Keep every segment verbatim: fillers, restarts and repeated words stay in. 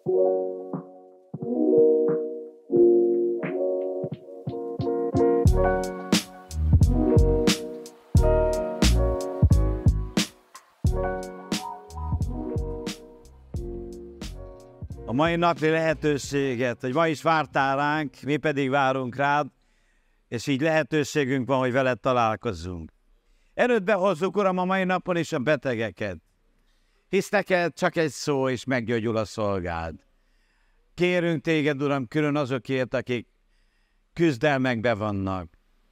A mai napi lehetőséget, hogy ma is vártál ránk, mi pedig várunk rád, és így lehetőségünk van, hogy veled találkozzunk. Erőt hozzuk, Uram, a mai napon is a betegeket, hisz neked csak egy szó, és meggyógyul a szolgád. Kérünk téged, Uram, külön azokért, akik küzdelmekben vannak,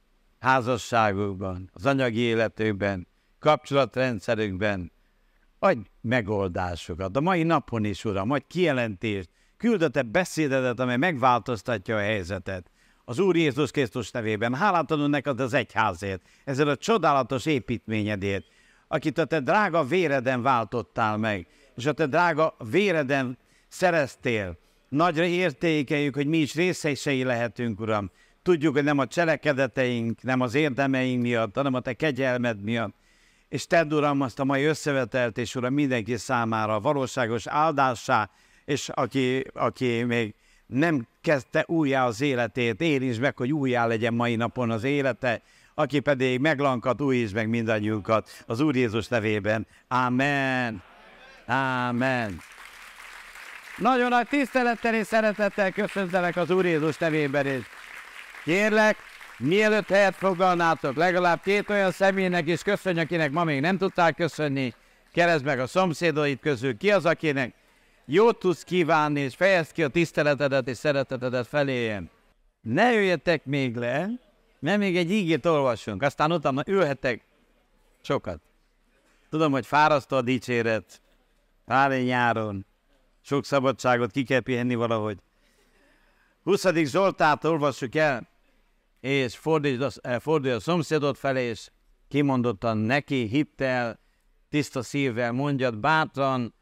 házasságukban, az anyagi életükben, kapcsolatrendszerükben. Adj megoldásokat. A mai napon is, Uram, adj kijelentést, küld a te beszédedet, amely megváltoztatja a helyzetet. Az Úr Jézus Krisztus nevében hálát adunk neked az egyházért, ezzel a csodálatos építményedért, akit a te drága véreden váltottál meg, és a te drága véreden szereztél. Nagyra értékeljük, hogy mi is részesei lehetünk, Uram. Tudjuk, hogy nem a cselekedeteink, nem az érdemeink miatt, hanem a te kegyelmed miatt. És tedd, Uram, azt a mai összevetelt, és Uram, mindenki számára valóságos áldássá, és aki, aki még nem kezdte újjá az életét, érintsd meg, hogy újjá legyen mai napon az élete, aki pedig meglankat, újítsd meg mindannyiunkat az Úr Jézus nevében. Ámen. Ámen. Nagyon nagy tisztelettel és szeretettel köszöntelek az Úr Jézus nevében is. Kérlek, mielőtt helyet foglalnátok, legalább két olyan személynek is köszönj, akinek ma még nem tudtál köszönni. Keresd meg a szomszédaid közül, ki az, akinek jót tudsz kívánni, és fejezd ki a tiszteletedet és szeretetedet feléjem. Ne jöjjetek még le, mert még egy ígét olvasunk, aztán utána ülhetek sokat. Tudom, hogy fárasztó a dicséret, pár nyáron, sok szabadságot ki kell pihenni valahogy. huszadik Zsoltárt olvassuk el, és fordulj a, fordulj a szomszédod felé, és kimondottan neki hittel, tiszta szívvel mondjad, bátran,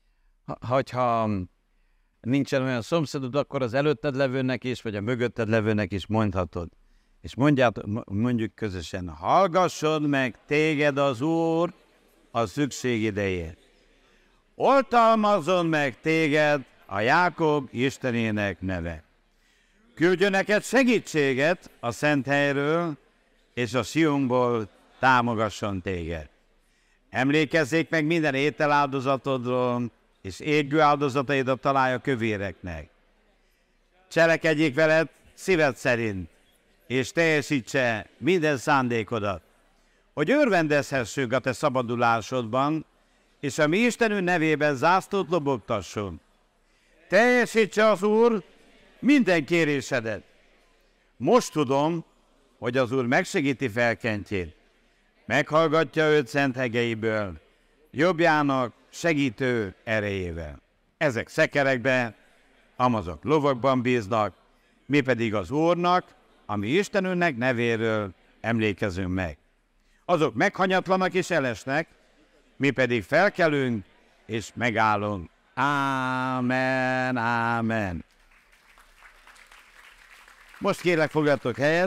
hogyha nincsen olyan szomszédod, akkor az előtted levőnek is, vagy a mögötted levőnek is mondhatod. És mondját, mondjuk közösen, hallgasson meg téged az Úr a szükség idején. Oltalmazzon meg téged a Jákob Istenének neve. Küldjön neked segítséget a szent helyről, és a Sionból támogasson téged. Emlékezzék meg minden ételáldozatodról, és égő áldozataidat találja kövéreknek. Cselekedjék veled szíved szerint, és teljesítse minden szándékodat, hogy örvendezhessünk a te szabadulásodban, és a mi Istenünk nevében zászlót lobogtasson. Teljesítse az Úr minden kérésedet. Most tudom, hogy az Úr megsegíti felkentjét, meghallgatja őt szent hegeiből, jobbjának segítő erejével. Ezek szekerekbe, amazok lovakban bíznak, mi pedig az Úrnak, a mi Istenünknek nevéről emlékezünk meg. Azok meghanyatlanak és elesnek, mi pedig felkelünk és megállunk. Ámen, ámen. Most kérlek, foglaltok helyet,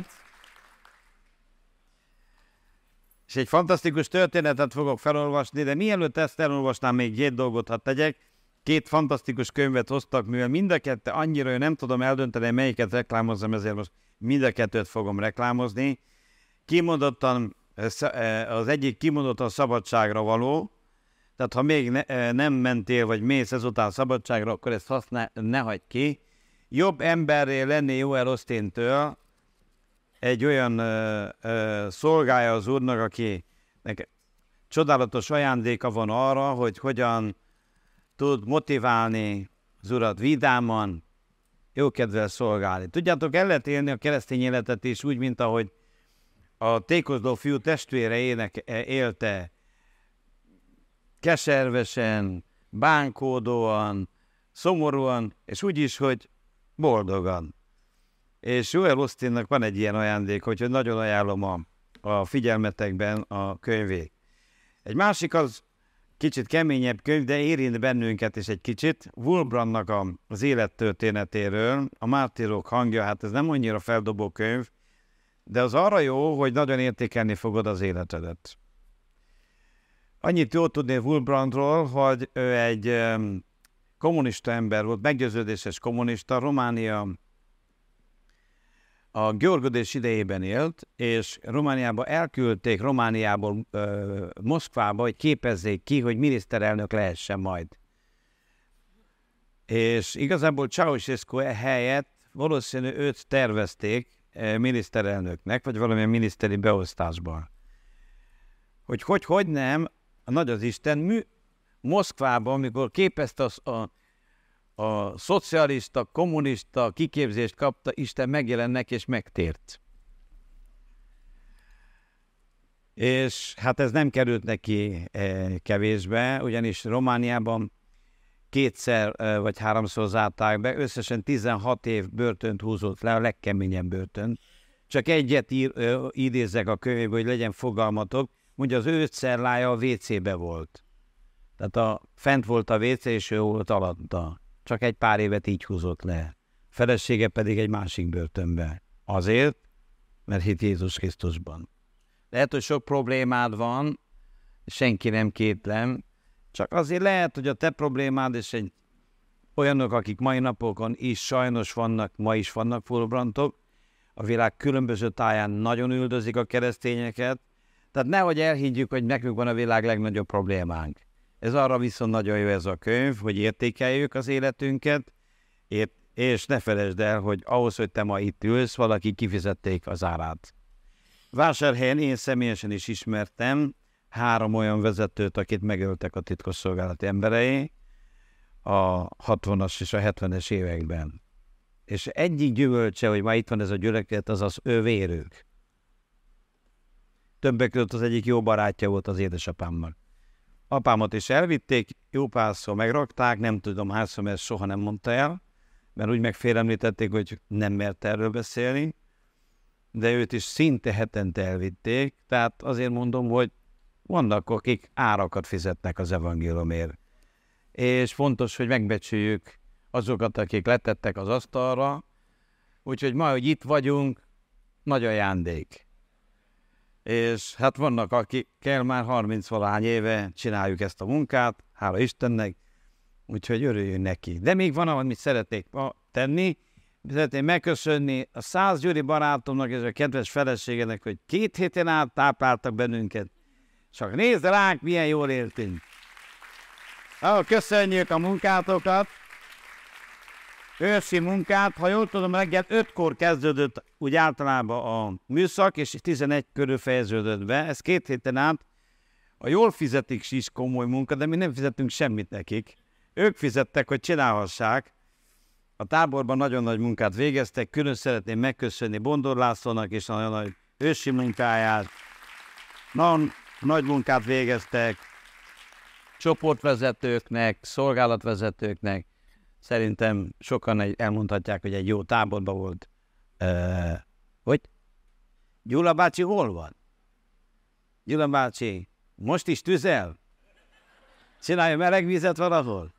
és egy fantasztikus történetet fogok felolvasni, de mielőtt ezt elolvasnám, még két dolgot hadd tegyek. Két fantasztikus könyvet hoztak, mivel mind a kettő annyira, hogy nem tudom eldönteni, melyiket reklámozzam, ezért most mind a kettőt fogom reklámozni. Kimondottan, az egyik kimondottan szabadságra való, tehát ha még ne, nem mentél, vagy mész ezután szabadságra, akkor ezt használ, ne hagyd ki. Jobb emberré lenni Joel Ostintől, egy olyan ö, ö, szolgája az Úrnak, akinek csodálatos ajándéka van arra, hogy hogyan tud motiválni az Urat vidáman, jókedvel szolgálni. Tudjátok, el lehet élni a keresztény életet is úgy, mint ahogy a tékozló fiú testvére ének, élte, keservesen, bánkódóan, szomorúan, és úgy is, hogy boldogan. És Joel Ostinnak van egy ilyen ajándék, hogy nagyon ajánlom a, a figyelmetekben a könyvét. Egy másik az kicsit keményebb könyv, de érint bennünket is egy kicsit. Wurmbrandnak a, az élettörténetéről, a Mártírok hangja, hát ez nem annyira feldobó könyv, de az arra jó, hogy nagyon értékelni fogod az életedet. Annyit jó tudni Wurmbrandról, hogy ő egy um, kommunista ember volt, meggyőződéses kommunista, Románia a Görgödés idejében élt, és Romániába elküldték Romániából ö, Moszkvába, hogy képezzék ki, hogy miniszterelnök lehessen majd. És igazából Ceausescu helyett valószínű őt tervezték eh, miniszterelnöknek, vagy valamilyen miniszteri beosztásban. Hogy hogy, hogy nem, a nagy az Isten, mű, Moszkvában, amikor képezte a, a, a szocialista, kommunista kiképzést kapta, Isten megjelennek és megtért. És hát ez nem került neki eh, kevésbe, ugyanis Romániában kétszer vagy háromszor zárták be, összesen tizenhat év börtönt húzott le, a legkeményebb börtön. Csak egyet ír, ö, idézzek a könyvből, hogy legyen fogalmatok, mondja, az ő cellája a vé cébe volt. Tehát a, fent volt a vé cé, és ő volt alatta. Csak egy pár évet így húzott le. Felesége pedig egy másik börtönbe. Azért, mert hit Jézus Krisztusban. Lehet, hogy sok problémád van, senki nem kétlem, csak azért lehet, hogy a te problémád és egy olyanok, akik mai napokon is sajnos vannak, ma is vannak fölbrantok, a világ különböző táján nagyon üldözik a keresztényeket, tehát nehogy elhiggyük, hogy nekünk van a világ legnagyobb problémánk. Ez arra viszont nagyon jó ez a könyv, hogy értékeljük az életünket, és ne felejtsd el, hogy ahhoz, hogy te ma itt ülsz, valaki kifizették az árát. Vásárhelyen én személyesen is ismertem három olyan vezetőt, akit megöltek a titkosszolgálati emberei a hatvanas és a hetvenes években. És egyik gyümölcse, hogy ma itt van ez a gyülekezet, az az ő vérük. Többek között az egyik jó barátja volt az édesapámnak. Apámat is elvitték, jó párszor megrakták, nem tudom hányszor, mert soha nem mondta el, mert úgy megfélemlítették, hogy nem mert erről beszélni, de őt is szinte hetente elvitték, tehát azért mondom, hogy vannak, akik árakat fizetnek az evangéliumért. És fontos, hogy megbecsüljük azokat, akik letettek az asztalra, úgyhogy ma, hogy itt vagyunk, nagy ajándék. És hát vannak, akikkel már harminc-valahány éve csináljuk ezt a munkát, hála Istennek, úgyhogy örüljünk neki. De még van, amit szeretnék ma tenni, szeretném megköszönni a Szász Gyuri barátomnak és a kedves feleségenek, hogy két héten át tápláltak bennünket. Csak nézd ránk, milyen jól éltünk. Ah, köszönjük a munkátokat, őszi munkát. Ha jól tudom, reggel ötkor kezdődött úgy általában a műszak, és tizenegy körül fejeződött be. Ez két héten át a jól fizetik is komoly munka, de mi nem fizetünk semmit nekik. Ők fizettek, hogy csinálhassák. A táborban nagyon nagy munkát végeztek, külön szeretném megköszönni Bondor Lászlónak és a nagy ősi munkáját. Nagyon nagy munkát végeztek csoportvezetőknek, szolgálatvezetőknek. Szerintem sokan elmondhatják, hogy egy jó táborban volt. Uh, hogy? Gyula bácsi hol van? Gyula bácsi, most is tüzel? Csinálja meleg vizet valahol?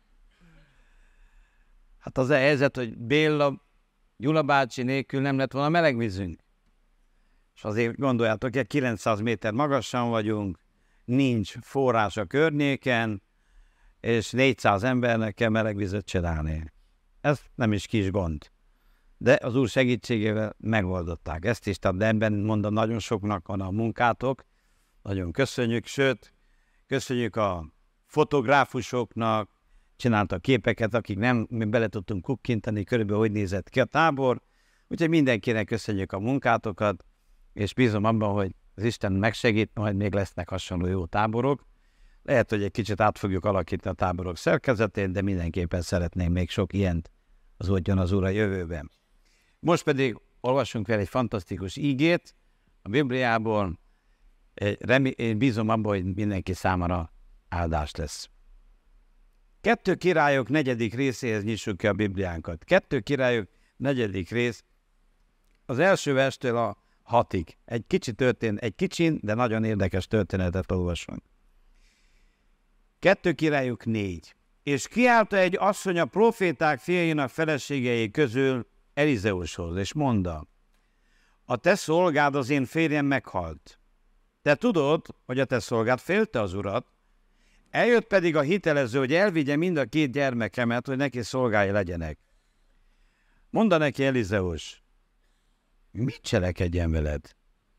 Hát az a helyzet, hogy Béla, Gyula bácsi nélkül nem lett volna meleg vízünk. És azért gondoljátok, hogy kilencszáz méter magasan vagyunk, nincs forrás a környéken, és négyszáz embernek kell meleg vizet csinálni. Ez nem is kis gond. De az Úr segítségével megoldották ezt is, tehát ebben mondom, nagyon soknak van a munkátok, nagyon köszönjük, sőt, köszönjük a fotográfusoknak, csináltak képeket, akik nem mi bele tudtunk kukkintani, körülbelül hogy nézett ki a tábor, úgyhogy mindenkinek köszönjük a munkátokat, és bízom abban, hogy az Isten megsegít, majd még lesznek hasonló jó táborok. Lehet, hogy egy kicsit át fogjuk alakítani a táborok szerkezetét, de mindenképpen szeretném még sok ilyent az útjon az Úr a jövőben. Most pedig olvassunk fel egy fantasztikus ígét a Bibliából. Én bízom abban, hogy mindenki számára áldás lesz. Kettő Királyok negyedik részéhez nyissuk ki a Bibliánkat. Kettő Királyok negyedik rész, az első verstől a hatig. Egy kicsi történet, egy kicsin, de nagyon érdekes történetet olvasunk. Kettő Királyok négy. És kiállta egy asszony a proféták fiainak feleségei közül Elizeushoz, és mondta, a te szolgád, az én férjem meghalt. Te tudod, hogy a te szolgád félte az urat, Eljött pedig a hitelező, hogy elvigye mind a két gyermekemet, hogy neki szolgái legyenek. Mondta neki Elizeus, mit cselekedjen veled?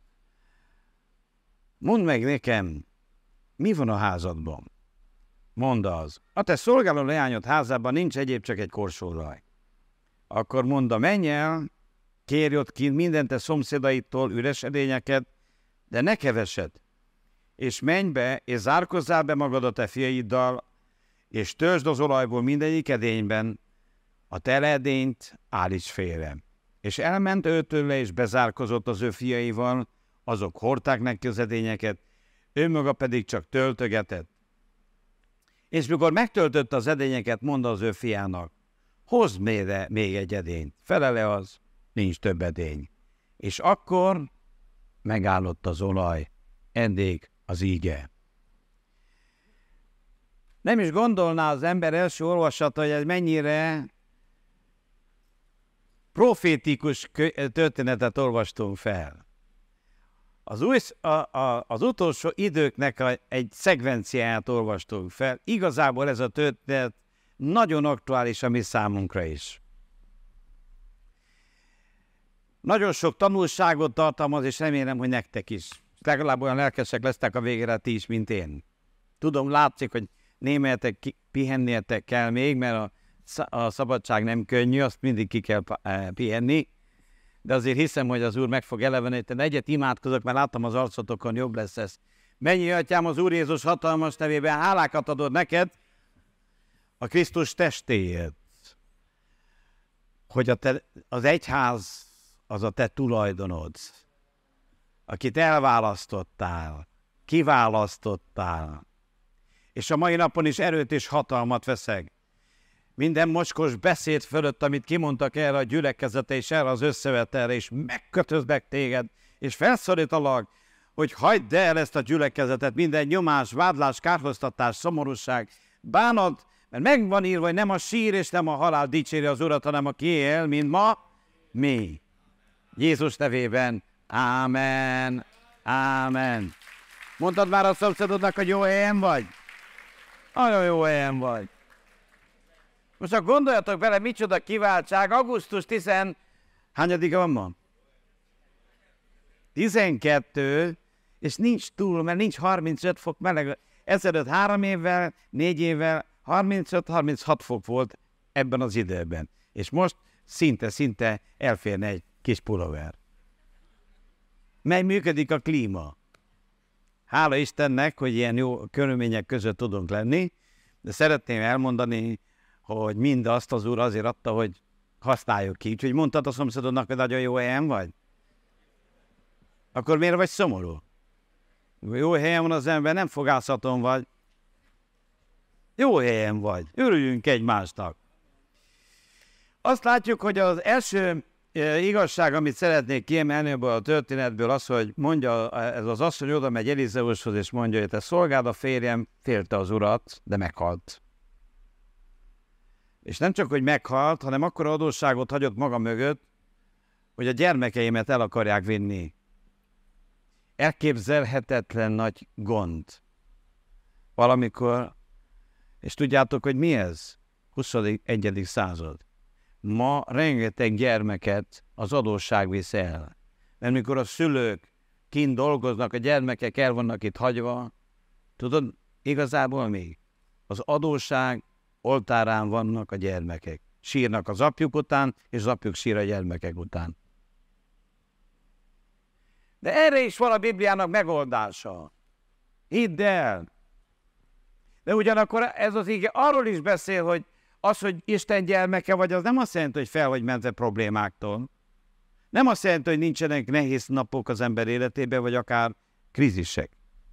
Mondd meg nekem, mi van a házadban? Mondd az, a te szolgáló leányod házában nincs egyéb, csak egy korsóolaj. Akkor mondta, menj el, kérj ott kint minden te szomszédaitól üres edényeket, de ne keveset, és menj be, és zárkozzál be magad a te fiaiddal, és töltsd az olajból mindegyik edényben, a tele edényt állíts félre. És elment őtőle, és bezárkozott az ő fiaival, azok hordták neki az edényeket, ő maga pedig csak töltögetett. És mikor megtöltötte az edényeket, mondta az ő fiának, hozd mére még egy edényt. Felele az, nincs több edény. És akkor megállott az olaj, eddig az íge. Nem is gondolná az ember első olvasata, hogy ez mennyire profétikus történetet olvastunk fel. Az, új, a, a, az utolsó időknek a, egy szekvenciáját olvastunk fel. Igazából ez a történet nagyon aktuális a mi számunkra is. Nagyon sok tanulságot tartalmaz, és remélem, hogy nektek is. Legalább olyan lelkesek lesztek a végére ti is, mint én. Tudom, látszik, hogy némelyetek pihennétek kell még, mert a, a szabadság nem könnyű, azt mindig ki kell pihenni. De azért hiszem, hogy az Úr meg fog eleveníteni. Egyet imádkozok, mert láttam az arcotokon, jobb lesz ez. Mennyi atyám, az Úr Jézus hatalmas nevében hálákat adod neked a Krisztus testéért, hogy a te, az egyház az a te tulajdonod, akit elválasztottál, kiválasztottál, és a mai napon is erőt és hatalmat veszek. Minden mocskos beszéd fölött, amit kimondtak erre a gyülekezete és erre az összevetelre, és megkötözlek téged, és felszorítalak, hogy hagyd el ezt a gyülekezetet, minden nyomás, vádlás, kárhoztatás, szomorúság, bánat, mert meg van írva, hogy nem a sír és nem a halál dicséri az Urat, hanem aki él, mint ma, mi. Jézus nevében, ámen, ámen. Mondtad már a szomszédodnak, hogy jó helyen vagy? Nagyon jó helyen vagy. Most csak gondoljatok bele, micsoda kiváltság, augusztus tizen... Hányadika van ma? tizenkettő, és nincs túl, mert nincs harmincöt fok meleg. Ezelőtt három évvel, négy évvel, harmincöt-harminchat fok volt ebben az időben. És most szinte-szinte elférne egy kis pulóver. Mely működik a klíma. Hála Istennek, hogy ilyen jó körülmények között tudunk lenni, de szeretném elmondani, hogy mindazt az Úr azért adta, hogy használjuk ki. Úgyhogy mondtad a szomszédodnak, hogy nagyon jó helyen vagy? Akkor miért vagy szomorú? Jó helyen van az ember, nem fogászhaton vagy. Jó helyen vagy. Örüljünk egymásnak. Azt látjuk, hogy az első e, igazság, amit szeretnék kiemelni ebből a történetből, az, hogy mondja, ez az asszony oda megy Elizeushoz, és mondja, hogy te szolgáld, a férjem félte az urat, de meghalt. És nem csak, hogy meghalt, hanem akkora adósságot hagyott maga mögött, hogy a gyermekeimet el akarják vinni. Elképzelhetetlen nagy gond. Valamikor, és tudjátok, hogy mi ez? huszonegyedik század. Ma rengeteg gyermeket az adósság visz el. Mert mikor a szülők kint dolgoznak, a gyermekek el vannak itt hagyva, tudod, igazából még az adósság oltárán vannak a gyermekek. Sírnak az apjuk után, és az apjuk sír a gyermekek után. De erre is van a Bibliának megoldása. Hidd el! De ugyanakkor ez az ige arról is beszél, hogy az, hogy Isten gyermeke vagy, az nem azt jelenti, hogy fel vagy mentve problémáktól. Nem azt jelenti, hogy nincsenek nehéz napok az ember életében, vagy akár krízisek.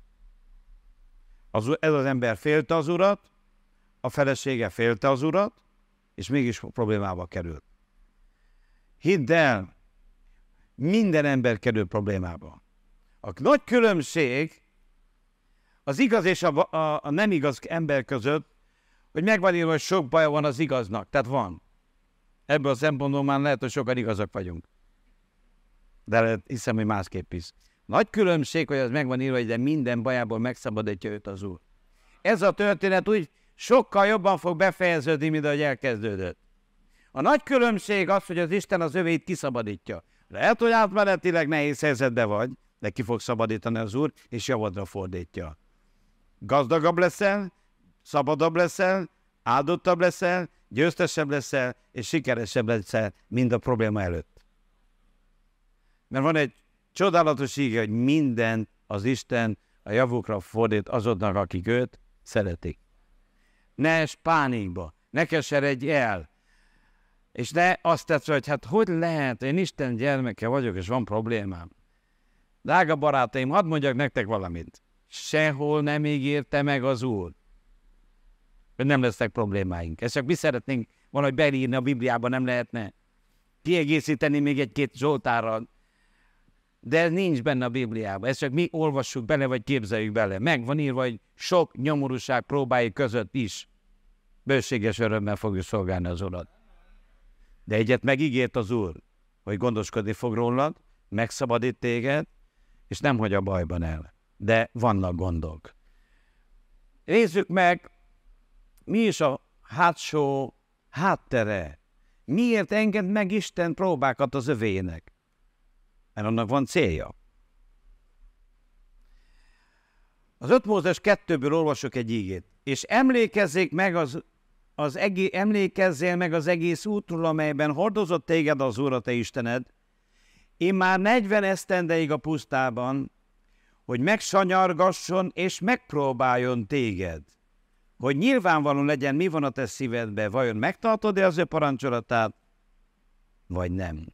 Az, ez az ember félte az Urat, a felesége félte az Urat, és mégis problémába került. Hidd el, minden ember kerül problémába. A nagy különbség az igaz és a, a, a nem igaz ember között, hogy megvan írva, hogy sok baja van az igaznak. Tehát van. Ebből a szempontból már lehet, hogy sokan igazak vagyunk. De lehet, hiszem, hogy másképp is. Nagy különbség, hogy az megvan írva, hogy de minden bajából megszabadítja őt az Úr. ez a történet úgy sokkal jobban fog befejeződni, mint ahogy elkezdődött. A nagy különbség az, hogy az Isten az övét kiszabadítja. Lehet, hogy átmenetileg nehéz helyzetben vagy, de ki fog szabadítani az Úr, és javadra fordítja. Gazdagabb leszel, szabadabb leszel, áldottabb leszel, győztesebb leszel, és sikeresebb leszel, mint a probléma előtt. Mert van egy csodálatos íge, hogy minden az Isten a javukra fordít azoknak, akik őt szeretik. Ne es pánikba, ne keseredj el, és ne azt tetsz, hogy hát hogy lehet, én Isten gyermeke vagyok, és van problémám. Drága barátaim, hadd mondjak nektek valamit. Sehol nem ígérte meg az Úr, hogy nem lesznek problémáink. Ezt csak mi szeretnénk valahogy beírni a Bibliában, nem lehetne kiegészíteni még egy-két Zsoltárral, de ez nincs benne a Bibliában. Ezt csak mi olvassuk bele, vagy képzeljük bele. Meg van írva, hogy sok nyomorúság próbái között is bőséges örömmel fogjuk szolgálni az Urat. De egyet megígért az Úr, hogy gondoskodni fog rólad, megszabadít téged, és nem hagy a bajban el. De vannak gondok. Nézzük meg, mi is a hátsó háttere. Miért enged meg Isten próbákat az övének? Mert annak van célja. Az öt Mózes kettőből olvasok egy ígét. És emlékezzék meg az, az egész, emlékezzél meg az egész útról, amelyben hordozott téged az Úr, a te Istened. Én már negyven esztendeig a pusztában, hogy megsanyargasson és megpróbáljon téged. Hogy nyilvánvalóan legyen, mi van a te szívedbe, vajon megtartod-e az ő parancsolatát, vagy nem.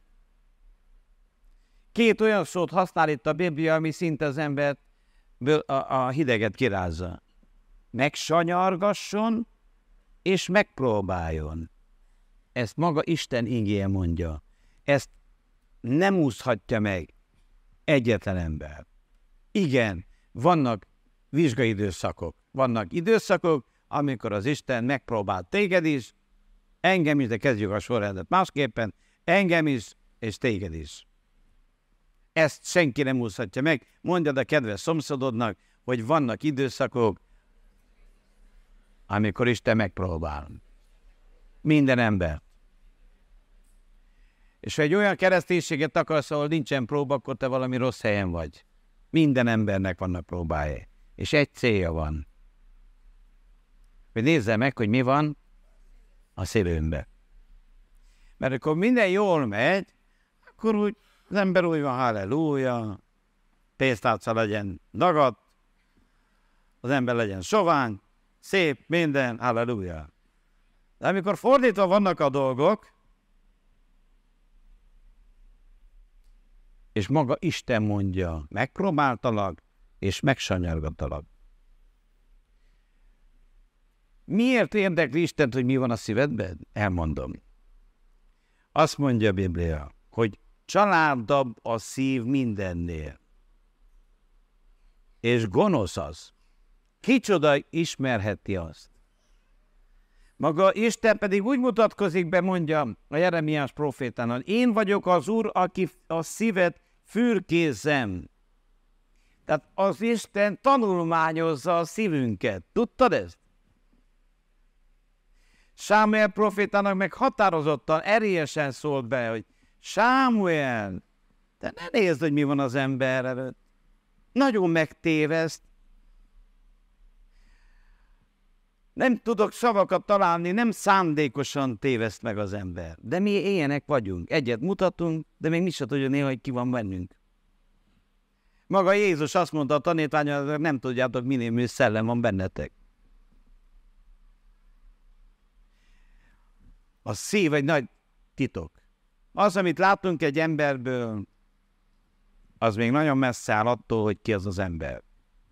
Két olyan szót használ itt a Biblia, ami szinte az embert a, a hideget kirázza. Megsanyargasson és megpróbáljon. Ezt maga Isten igéje mondja. Ezt nem úszhatja meg egyetlen ember. Igen, vannak vizsgaidőszakok. Vannak időszakok, amikor az Isten megpróbál téged is, engem is, de kezdjük a sorrendet másképpen, engem is, és téged is. Ezt senki nem úszhatja meg. Mondjad a kedves szomszédodnak, hogy vannak időszakok, amikor Isten megpróbál. Minden ember. És ha egy olyan kereszténységet akarsz, ahol nincsen próba, akkor te valami rossz helyen vagy. Minden embernek vannak próbái. És egy célja van. Hogy nézze meg, hogy mi van a szívünkbe. Mert akkor minden jól megy, akkor úgy az ember úgy van, halleluja, pénztárca legyen dagadt, az ember legyen sovány, szép, minden, halleluja. De amikor fordítva vannak a dolgok, és maga Isten mondja, megpróbáltalak, és megsanyargattalak. Miért érdekli Istent, hogy mi van a szívedben? Elmondom. Azt mondja a Biblia, hogy családabb a szív mindennél. És gonosz az. Kicsoda ismerheti azt. Maga Isten pedig úgy mutatkozik be, mondja a Jeremiás profétának, én vagyok az Úr, aki a szívet fürkészem. Tehát az Isten tanulmányozza a szívünket. Tudtad ezt? Sámuel profétának meg határozottan, erélyesen szólt be, hogy Sámuel, te ne nézd, hogy mi van az ember előtt. Nagyon megtéveszt. Nem tudok szavakat találni, nem szándékosan téveszt meg az ember. De mi ilyenek vagyunk. Egyet mutatunk, de még mi sem tudja néha, hogy ki van bennünk. Maga Jézus azt mondta a tanítványoknak, nem tudjátok, minél szellem van bennetek. A szív egy nagy titok. Az, amit látunk egy emberből, az még nagyon messze áll attól, hogy ki az az ember.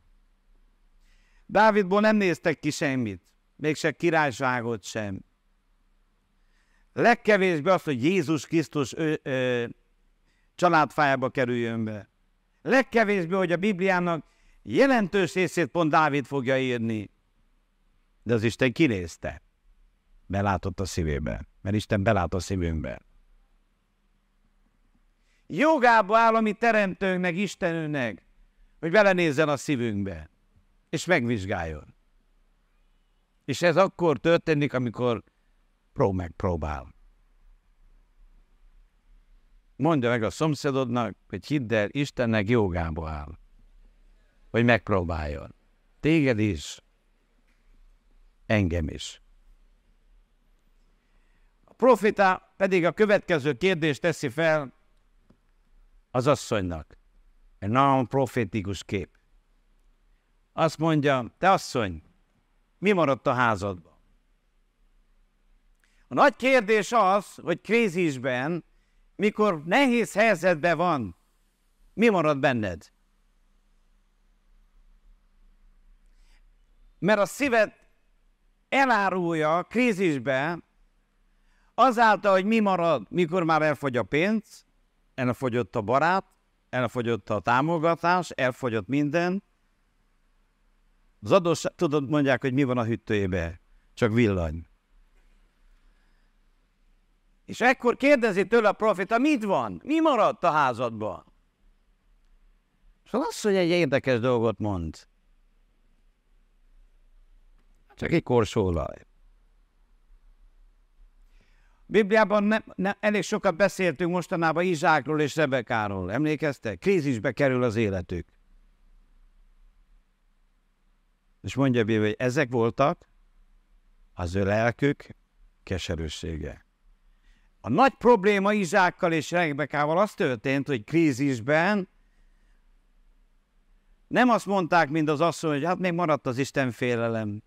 Dávidból nem néztek ki semmit, mégse királyságot sem. Legkevésbé az, hogy Jézus Krisztus ő, ö, családfájába kerüljön be. Legkevésbé, hogy a Bibliának jelentős részét pont Dávid fogja írni. De az Isten kinézte. Belátott a szívébe, mert Isten belát a szívünkbe. Jogába áll a mi teremtőnknek, Istenünknek, hogy belenézzen a szívünkbe, és megvizsgáljon. És ez akkor történik, amikor pró megpróbál. Mondja meg a szomszédodnak, hogy hidd el, Istennek jogába áll, hogy megpróbáljon. Téged is, engem is. A profita pedig a következő kérdést teszi fel az asszonynak. Egy nagyon profétikus kép. Azt mondja, te asszony, mi maradt a házadban? A nagy kérdés az, hogy krízisben, mikor nehéz helyzetben van, mi marad benned? Mert a szíved elárulja krízisbe, azáltal, hogy mi marad, mikor már elfogy a pénz, elfogyott a barát, elfogyott a támogatás, elfogyott minden. Az adósság, tudod, mondják, hogy mi van a hűtőjében, csak villany. És ekkor kérdezi tőle a profita, mit van? Mi maradt a házadban? És az asszony egy érdekes dolgot mond. Csak egy korsóolaj. Bibliában ne, ne, elég sokat beszéltünk mostanában Izsákról és Rebekáról. Emlékeztek? Krízisbe kerül az életük. És mondja a Biblia, hogy ezek voltak az ő lelkük keserűsége. A nagy probléma Izsákkal és Rebekával az történt, hogy krízisben nem azt mondták, mint az asszony, hogy hát még maradt az Isten félelem.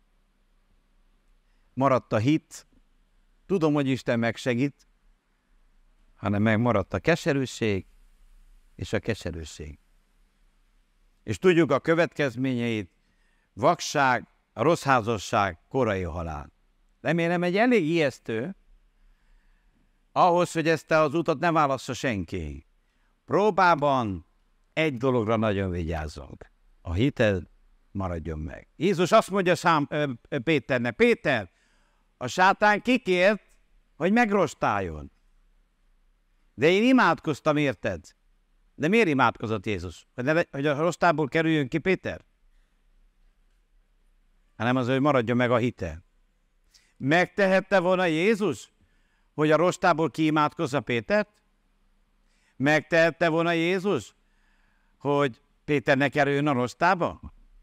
Maradt a hit. Tudom, hogy Isten megsegít, hanem megmaradt a keserűség és a keserűség. És tudjuk a következményeit, vakság, a rossz házasság, korai halál. Remélem, egy elég ijesztő, ahhoz, hogy ezt az utat ne válassza senki. Próbában egy dologra nagyon vigyázzunk. A hited maradjon meg. Jézus azt mondja szám, ö, ö, Péternek, Péter, a sátán kikért, hogy megrostáljon. De én imádkoztam, érted? De miért imádkozott Jézus? Hogy, ne, hogy a rostából kerüljön ki Péter? Hanem az, hogy maradjon meg a hite. Megtehette volna Jézus, hogy a rostából kiimádkozza Pétert? Megtehette volna Jézus, hogy Péter ne kerüljön a rostába?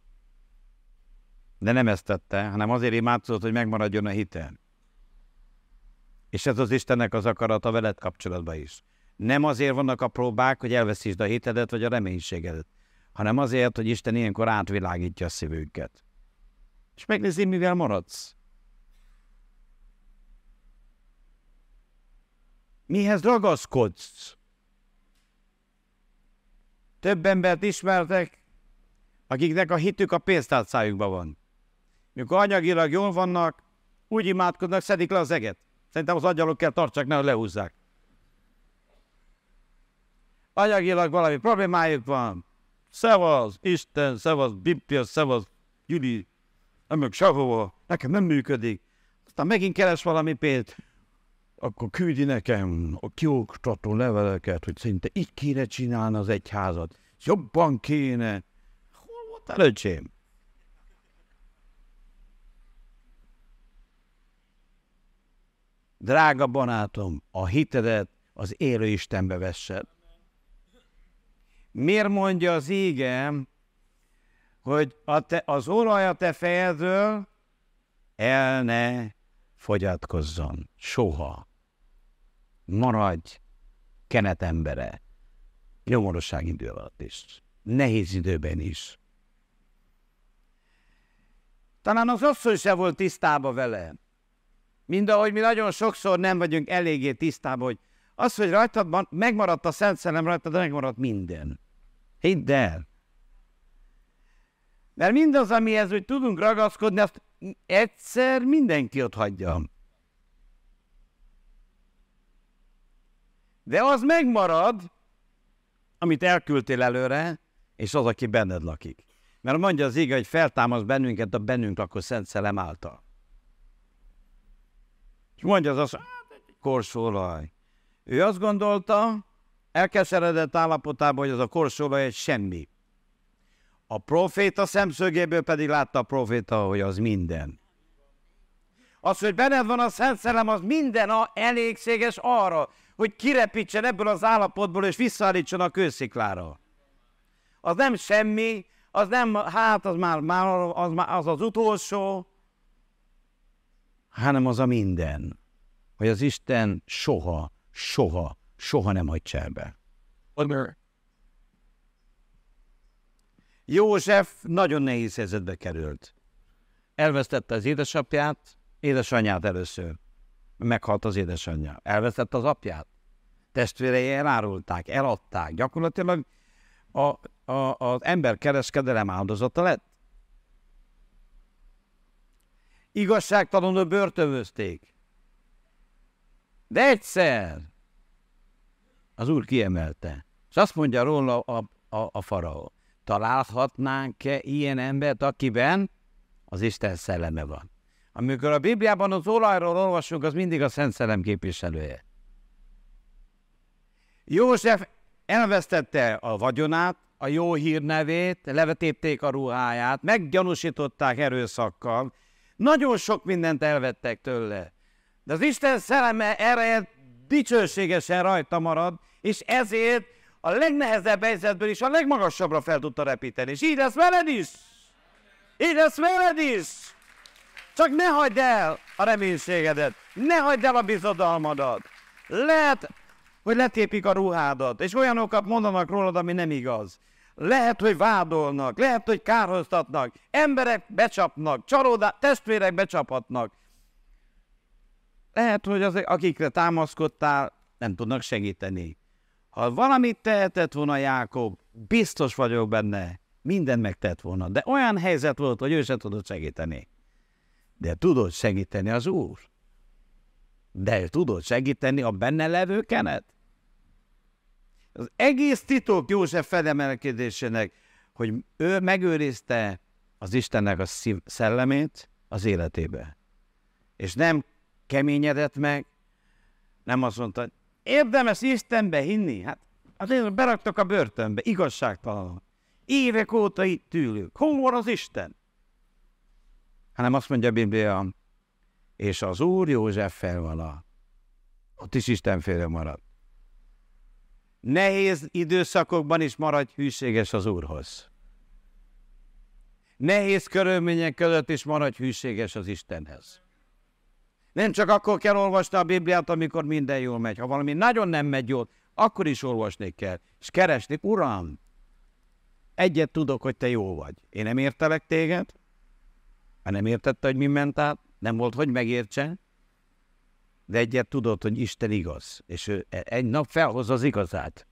De nem ezt tette, hanem azért imádkozott, hogy megmaradjon a hite. És ez az Istennek az akarata veled kapcsolatban is. Nem azért vannak a próbák, hogy elveszítsd a hitedet vagy a reménységedet, hanem azért, hogy Isten ilyenkor átvilágítja a szívünket. És megnézi, mivel maradsz. Mihez ragaszkodsz? Több embert ismertek, akiknek a hitük a pénztárcájukban van. Mikor anyagilag jól vannak, úgy imádkoznak, szedik le az eget. Szerintem az angyalok kell tartsák, nehogy lehúzzák. Anyagilag valami problémájuk van. Szevasz, Isten, szevasz, Biblia, szevasz, Gyuri, nem megyek sehova, nekem nem működik. Aztán megint keres valami pénzt, akkor küldi nekem a kioktató leveleket, hogy szinte így kéne csinálni az egyházat. Jobban kéne. Hol voltál, öcsém? Drága barátom, a hitedet az élő Istenbe vessed. Miért mondja az íge, hogy a te, az olaj a te fejedről el ne fogyatkozzon. Soha. Maradj kenetembere. Nyomorosság idő alatt is. Nehéz időben is. Talán az asszony se volt tisztában vele. Mind ahogy mi nagyon sokszor nem vagyunk eléggé tisztában, hogy az, hogy rajtad megmaradt a Szent Szellem, rajtad megmaradt minden. Hidd el! Mert mindaz, amihez hogy tudunk ragaszkodni, azt egyszer mindenki ott hagyja. De az megmarad, amit elküldtél előre, és az, aki benned lakik. Mert mondja az ige, hogy feltámaszt bennünket a bennünk lakó Szent Szellem által. És mondja az azt, korsóolaj. Ő azt gondolta, elkeseredett állapotában, hogy az a korsóolaj egy semmi. A proféta szemszögéből pedig látta a proféta, hogy az minden. Az, hogy benned van a Szent Szellem, az minden a elégséges arra, hogy kirepítsen ebből az állapotból, és visszaállítson a kősziklára. Az nem semmi, az nem, hát az már, már az, az az utolsó, hanem az a minden, hogy az Isten soha, soha, soha nem hagy cserbe. József nagyon nehéz helyzetbe került. Elvesztette az édesapját, édesanyját először. Meghalt az édesanyja. Elvesztette az apját. Testvérei elárulták, eladták. Gyakorlatilag a, a, az emberkereskedelem áldozata lett. Igazságtalanul börtönözték. De egyszer az Úr kiemelte. És azt mondja róla a, a, a faraó. Találhatnánk-e ilyen embert, akiben az Isten szelleme van? Amikor a Bibliában az olajról olvasunk, az mindig a Szent Szellem képviselője. József elvesztette a vagyonát, a jó hírnevét, levetépték a ruháját, meggyanúsították erőszakkal, nagyon sok mindent elvettek tőle. De az Isten szelleme ereje dicsőségesen rajta marad, és ezért a legnehezebb helyzetből is a legmagasabbra fel tudta repíteni. És így lesz veled is! Így lesz veled is! Csak ne hagyd el a reménységedet, ne hagyd el a bizodalmadat. Lehet, hogy letépik a ruhádat, és olyanokat mondanak rólad, ami nem igaz. Lehet, hogy vádolnak, lehet, hogy kárhoztatnak, emberek becsapnak, csalódá, testvérek becsaphatnak. Lehet, hogy azok, akikre támaszkodtál, nem tudnak segíteni. Ha valamit tehetett volna Jákob, biztos vagyok benne, mindent megtett volna. De olyan helyzet volt, hogy ő sem tudott segíteni. De tudott segíteni az Úr. De tudott segíteni a benne levőkenet. Az egész titok József felemelkedésének, hogy ő megőrizte az Istennek a szív, szellemét az életébe. És nem keményedett meg, nem azt mondta, érdemes Istenbe hinni? Hát azért beraktak a börtönbe, igazságtalanul. Évek óta itt ülünk. Hol van az Isten? Hanem azt mondja a Biblia, és az Úr Józseffel vala. Ott is Isten félre marad. Nehéz időszakokban is maradj hűséges az Úrhoz. Nehéz körülmények között is maradj hűséges az Istenhez. Nem csak akkor kell olvasni a Bibliát, amikor minden jól megy. Ha valami nagyon nem megy jól, akkor is olvasni kell. És keresni, Uram, egyet tudok, hogy te jó vagy. Én nem értelek téged, mert nem értette, hogy mi ment át, nem volt, hogy megértse, de egyet tudod, hogy Isten igaz, és ő egy nap felhozza az igazát.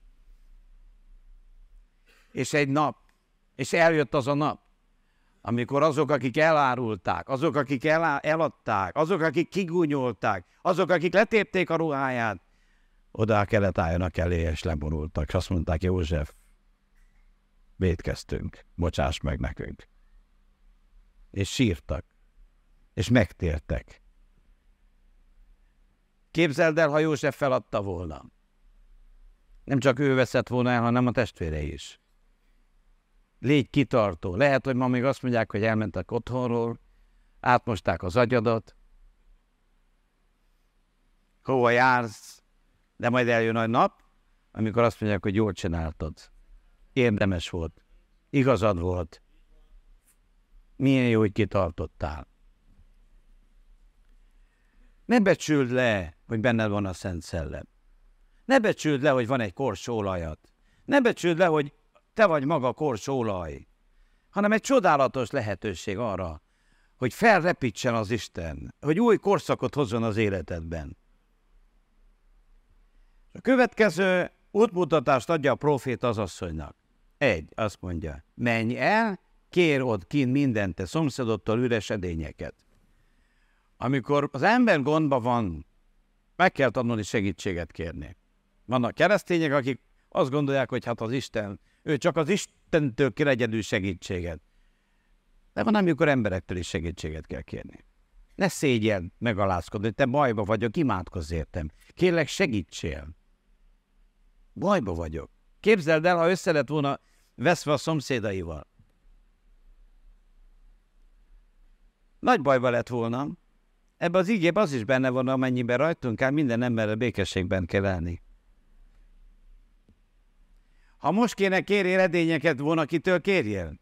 És egy nap, és eljött az a nap, amikor azok, akik elárulták, azok, akik elá, eladták, azok, akik kigúnyolták, azok, akik letépték a ruháját, oda kellett álljanak elé, és leborultak, és azt mondták, József, vétkeztünk, bocsáss meg nekünk. És sírtak, és megtértek. Képzeld el, ha József feladta volna. Nem csak ő veszett volna el, hanem a testvérei is. Légy kitartó. Lehet, hogy ma még azt mondják, hogy elmentek otthonról, átmosták az agyadat, hova jársz, de majd eljön a nap, amikor azt mondják, hogy jól csináltad. Érdemes volt. Igazad volt. Milyen jó, hogy kitartottál. Ne becsüld le, hogy benned van a Szent Szellem. Ne becsüld le, hogy van egy korsólajat. Ne becsüld le, hogy te vagy maga korsólaj. Hanem egy csodálatos lehetőség arra, hogy felrepítsen az Isten, hogy új korszakot hozzon az életedben. A következő útmutatást adja a próféta az asszonynak. Egy, azt mondja, menj el, kér ott kint mindent te szomszédodtól üres edényeket. Amikor az ember gondban van, meg kell tanulni segítséget kérni. Vannak keresztények, akik azt gondolják, hogy hát az Isten, ő csak az Istentől kér egyedül segítséget. De van, amikor emberektől is segítséget kell kérni. Ne szégyen megalázkodni, te bajba vagyok, imádkozz értem. Kérlek, segítsél. Bajba vagyok. Képzeld el, ha össze lett volna veszve a szomszédaival. Nagy bajba lett volna. ebben az igében az is benne van, amennyiben rajtunk áll, minden emberre békességben kell állni. Ha most kéne kérjél edényeket, volna kitől kérjél?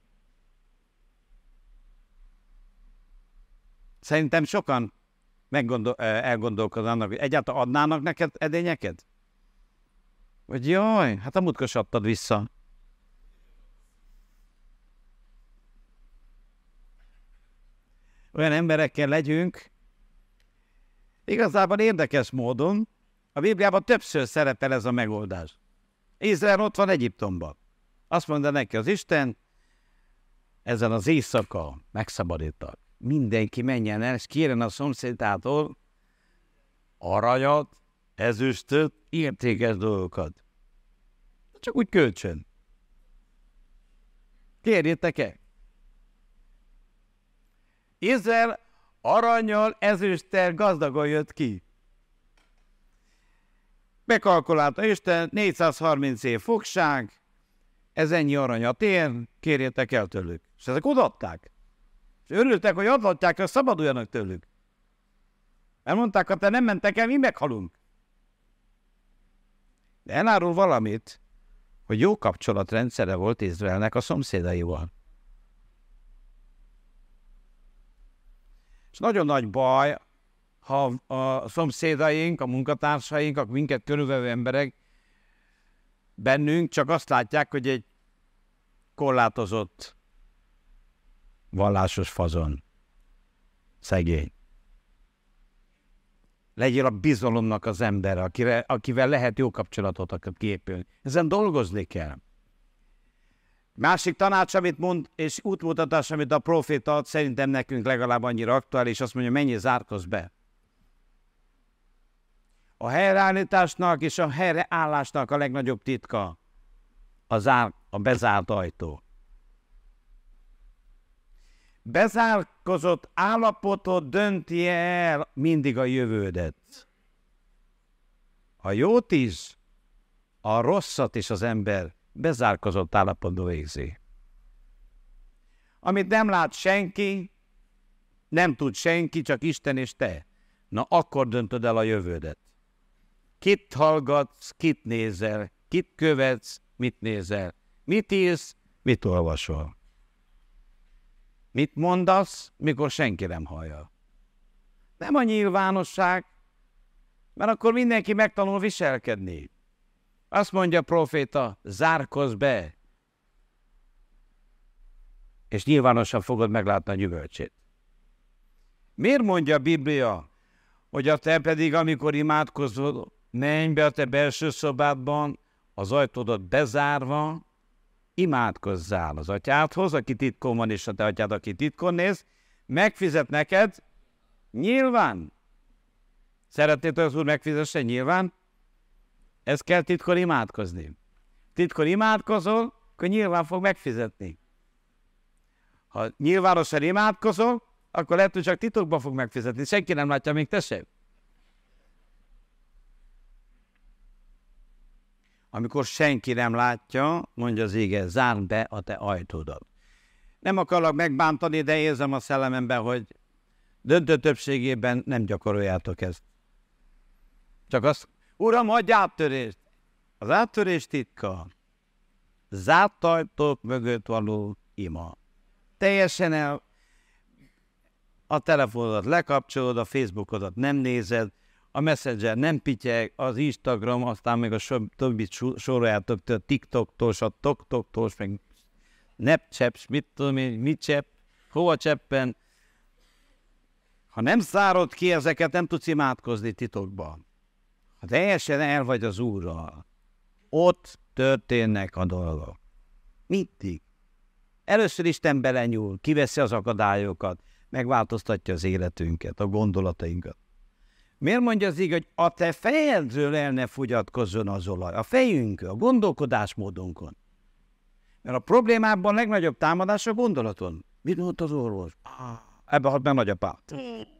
Szerintem sokan meggondol, elgondolkodnak, hogy egyáltalán adnának neked edényeket? Vagy jaj, hát a múltkor adtad vissza. Olyan emberekkel legyünk, igazából érdekes módon, a Bibliában többször szerepel ez a megoldás. Izrael ott van Egyiptomban. Azt mondta neki az Isten, ezen az éjszaka megszabadítak. Mindenki menjen el, és kérjen a szomszédától aranyat, ezüstöt, értékes dolgokat. Csak úgy kölcsön. Kérjétek el. Izrael arannyal, ezüsttel gazdagon jött ki. Bekalkulálta Isten, négyszázharminc év fogság, ez ennyi aranyat ér, kérjétek el tőlük. És ezek odaadták. És örültek, hogy adhatják, hogy szabaduljanak tőlük. Mert mondták, ha te nem mentek el, mi meghalunk. De elárul valamit, hogy jó kapcsolatrendszere volt Izraelnek a szomszédaival. És nagyon nagy baj, ha a szomszédaink, a munkatársaink, a minket körülvevő emberek bennünk csak azt látják, hogy egy korlátozott vallásos fazon. Szegény. Legyél a bizalomnak az ember, akire, akivel lehet jó kapcsolatokat képülni. Ezen dolgozni kell. Másik tanács, amit mond, és útmutatás, amit a proféta ad, szerintem nekünk legalább annyira aktuális, azt mondja, menjél, zárkozz be. A helyreállításnak és a helyreállásnak a legnagyobb titka a, zár, a bezárt ajtó. Bezárkozott állapotot dönti el mindig a jövődet. A jót is, a rosszat is az ember bezárkozott állapotban végzi. Amit nem lát senki, nem tud senki, csak Isten és te. Na akkor döntöd el a jövődet. Kit hallgatsz, kit nézel, kit követsz, mit nézel, mit írsz, mit olvasol. Mit mondasz, mikor senki nem hallja. Nem a nyilvánosság, mert akkor mindenki megtanul viselkedni. Azt mondja a proféta, zárkozz be, és nyilvánosan fogod meglátni a gyümölcsét. Miért mondja a Biblia, hogy a te pedig, amikor imádkozol, menj be a te belső szobádban, az ajtódat bezárva, imádkozzál az atyádhoz, aki titkon van, és a te atyád, aki titkon néz, megfizet neked nyilván. Szeretnéd, hogy az Úr megfizesse nyilván? Ez kell titkon imádkozni. Titkon imádkozol, akkor nyilván fog megfizetni. Ha nyilvánosan imádkozol, akkor lehet, hogy csak titokban fog megfizetni. Senki nem látja, még te sem. Amikor senki nem látja, mondja az ége, zárd be a te ajtódat. Nem akarlak megbántani, de érzem a szellememben, hogy döntő többségében nem gyakoroljátok ezt. Csak azt, Uram, adj áttörést! Az áttörés titka. Zárt ajtók mögött való ima. Teljesen el, a telefonodat lekapcsolod, a Facebookodat nem nézed, a Messenger nem pityeg, az Instagram, aztán még a so, többi soroljátok, a TikToktól, a TokToktól, meg Snapchat, mit tudom én, mit csepp, hova cseppen. Ha nem zárod ki ezeket, nem tudsz imádkozni titokban. Ha teljesen el vagy az Úrral, ott történnek a dolgok. Mindig. Először Isten belenyúl, kiveszi az akadályokat, megváltoztatja az életünket, a gondolatainkat. Miért mondja az így, hogy a te fejedről el ne fogyatkozzon az olaj? A fejünkön, a gondolkodásmódunkon. Mert a problémában a legnagyobb támadás a gondolaton. Mit mondta az orvos? Ah, ebben hat meg nagyapát.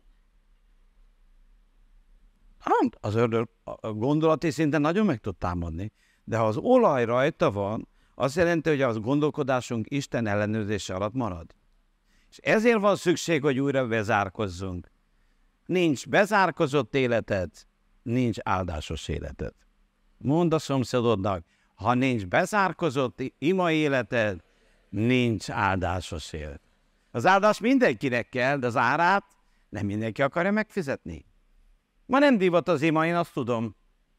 Hát, az ördög a gondolati szinten nagyon meg tud támadni, de ha az olaj rajta van, azt jelenti, hogy a gondolkodásunk Isten ellenőrzése alatt marad. És ezért van szükség, hogy újra bezárkozzunk. nincs bezárkozott életed, nincs áldásos életed. Mondd a szomszédodnak, ha nincs bezárkozott ima életed, nincs áldásos élet. Az áldás mindenkinek kell, de az árát nem mindenki akarja megfizetni. Ma nem divat az ima, én azt tudom.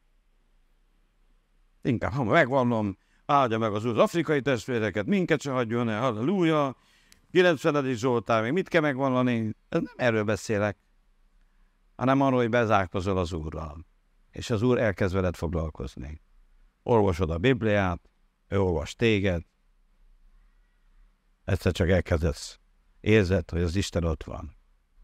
Inkább, ha megvallom, áldja meg az úr az afrikai testvéreket, minket se hagyjon el, halleluja, kilencvenedik Zsoltár, még mit kell megvallani? Nem erről beszélek, hanem arról, hogy bezárkozol az Úrral, és az Úr elkezd veled foglalkozni. Olvasod a Bibliát, ő olvas téged, egyszer csak elkezdesz, érzed, hogy az Isten ott van.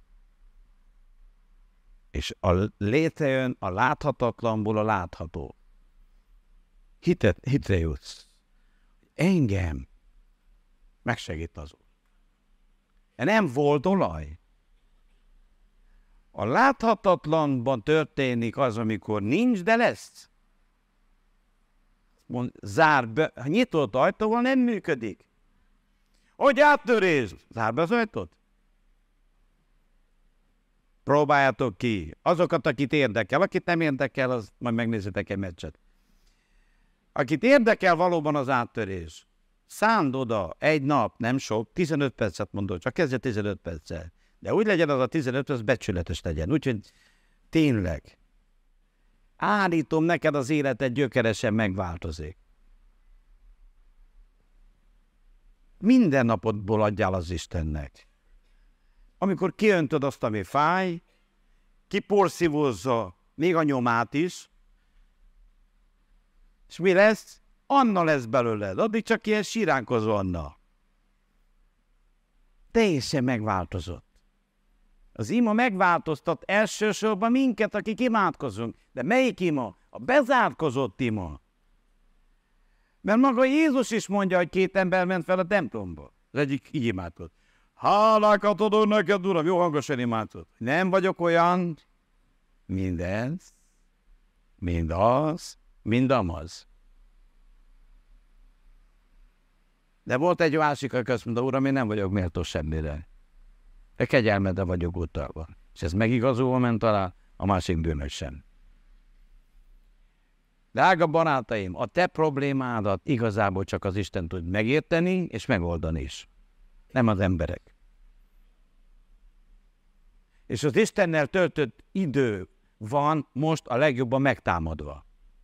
És a létrejön a láthatatlanból a látható. Hitet, hitre jutsz. Engem megsegít az Úr. De nem volt olaj. A láthatatlanban történik az, amikor nincs, de lesz. Mond, zár be, ha nyitott ajtóval nem működik. Hogy áttörés, zár be az ajtót. Próbáljátok ki. Azokat, akit érdekel. Akit nem érdekel, az majd megnézitek egy meccset. Akit érdekel valóban az áttörés, szánd oda egy nap, nem sok, tizenöt percet mondod, csak kezdje tizenöt perccel. De úgy legyen az a tizenöt perc, becsületes legyen. Úgyhogy tényleg, állítom neked az életed gyökeresen megváltozik. Minden napodból adjál az Istennek. Amikor kiöntöd azt, ami fáj, kiporszívózza még a nyomát is, és mi lesz? Anna lesz belőled. Addig csak ilyen síránkozó Anna. Teljesen megváltozott. Az ima megváltoztat elsősorban minket, akik imádkozunk. De melyik ima? A bezárkozott ima. Mert maga Jézus is mondja, hogy két ember ment fel a templomba. Az egyik így imádkozott. Hálákat adom neked, Uram, jó hangosan imádkozott. Nem vagyok olyan, mindez, mindaz, mindamaz. De volt egy másik, aki azt mondta, Uram, én nem vagyok méltó semmire. De kegyelmedre vagyok utalva. És ez megigazolva ment alá, a másik bűnös sem. Drága barátaim, a te problémádat igazából csak az Isten tud megérteni és megoldani is. Nem az emberek. És az Istennel töltött idő van most a legjobban megtámadva.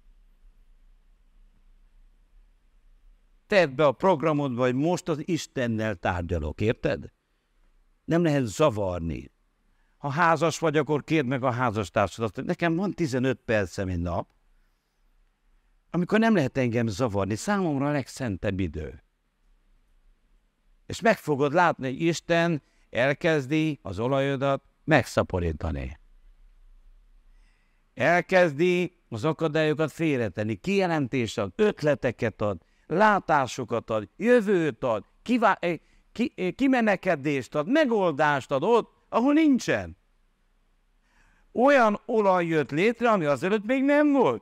Tedd be a programodba, hogy most az Istennel tárgyalok, érted? Nem lehet zavarni. Ha házas vagy, akkor kérd meg a házastársadat. Nekem van tizenöt percem egy nap, amikor nem lehet engem zavarni. Számomra a legszentebb idő. És meg fogod látni, hogy Isten elkezdi az olajodat megszaporítani. Elkezdi az akadályokat félretenni, kijelentést ad, ötleteket ad, látásokat ad, jövőt ad, kivá- ki- kimenekedést ad, megoldást ad ott, ahol nincsen. Olyan olaj jött létre, ami azelőtt még nem volt.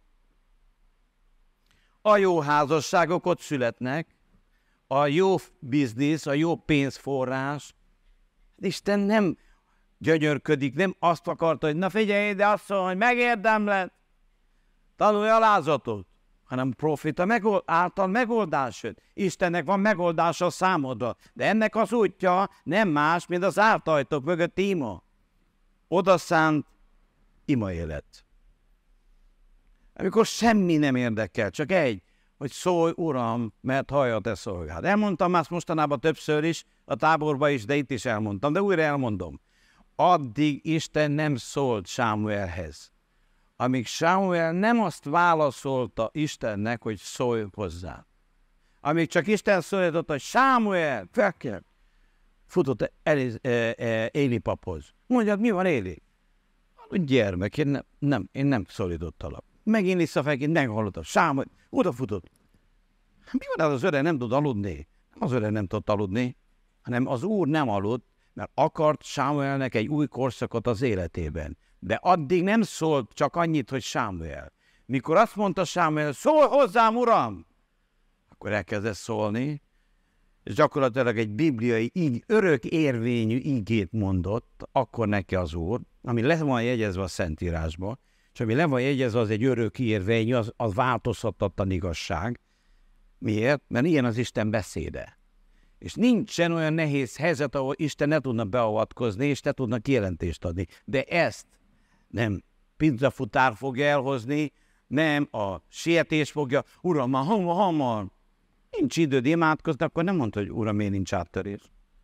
A jó házasságok ott születnek, a jó biznisz, a jó pénzforrás. Isten nem gyönyörködik, nem azt akarta, hogy na figyelj ide, azt mondja, hogy megérdemled, tanulj alázatot, hanem profita megold, által megoldás jött. Istennek van megoldása a számodra, de ennek az útja nem más, mint az ártajtók mögött ima. Oda szánt ima élet. Amikor semmi nem érdekel, csak egy, hogy szólj, Uram, mert hallja a te szolgád. Elmondtam már mostanában többször is, a táborban is, de itt is elmondtam, de újra elmondom. Addig Isten nem szólt Sámuelhez, amíg Sámuel nem azt válaszolta Istennek, hogy szólj hozzá. Amíg csak Isten szólította, hogy Sámuel, fel kell. Futott Eli, e, e, Éli paphoz. Mondjad, mi van Éli? Gyermek, én nem, nem, én nem szólítottalak. Megint visszafekint, meghallottam. Sámuel, odafutott. Mi van, az öreg nem tud aludni? Nem az öreg nem tud aludni, hanem az Úr nem aludt, mert akart Sámuelnek egy új korszakot az életében. De addig nem szólt csak annyit, hogy Sámuel. Mikor azt mondta Sámuel, szólj hozzám, Uram! Akkor elkezdett szólni, és gyakorlatilag egy bibliai, így örök érvényű ígét mondott, akkor neki az Úr, ami le van jegyezve a Szentírásba, és ami le van jegyezve, az egy örök érvény, az, az változhatatlan igazság. Miért? Mert ilyen az Isten beszéde. És nincsen olyan nehéz helyzet, ahol Isten ne tudna beavatkozni, és ne tudna kijelentést adni. De ezt nem pizzafutár fogja elhozni, nem a sietés fogja, Uram, már hamar, hamar, nincs időd imádkozni, akkor nem mondta, hogy Uram, miért nincs áttörés.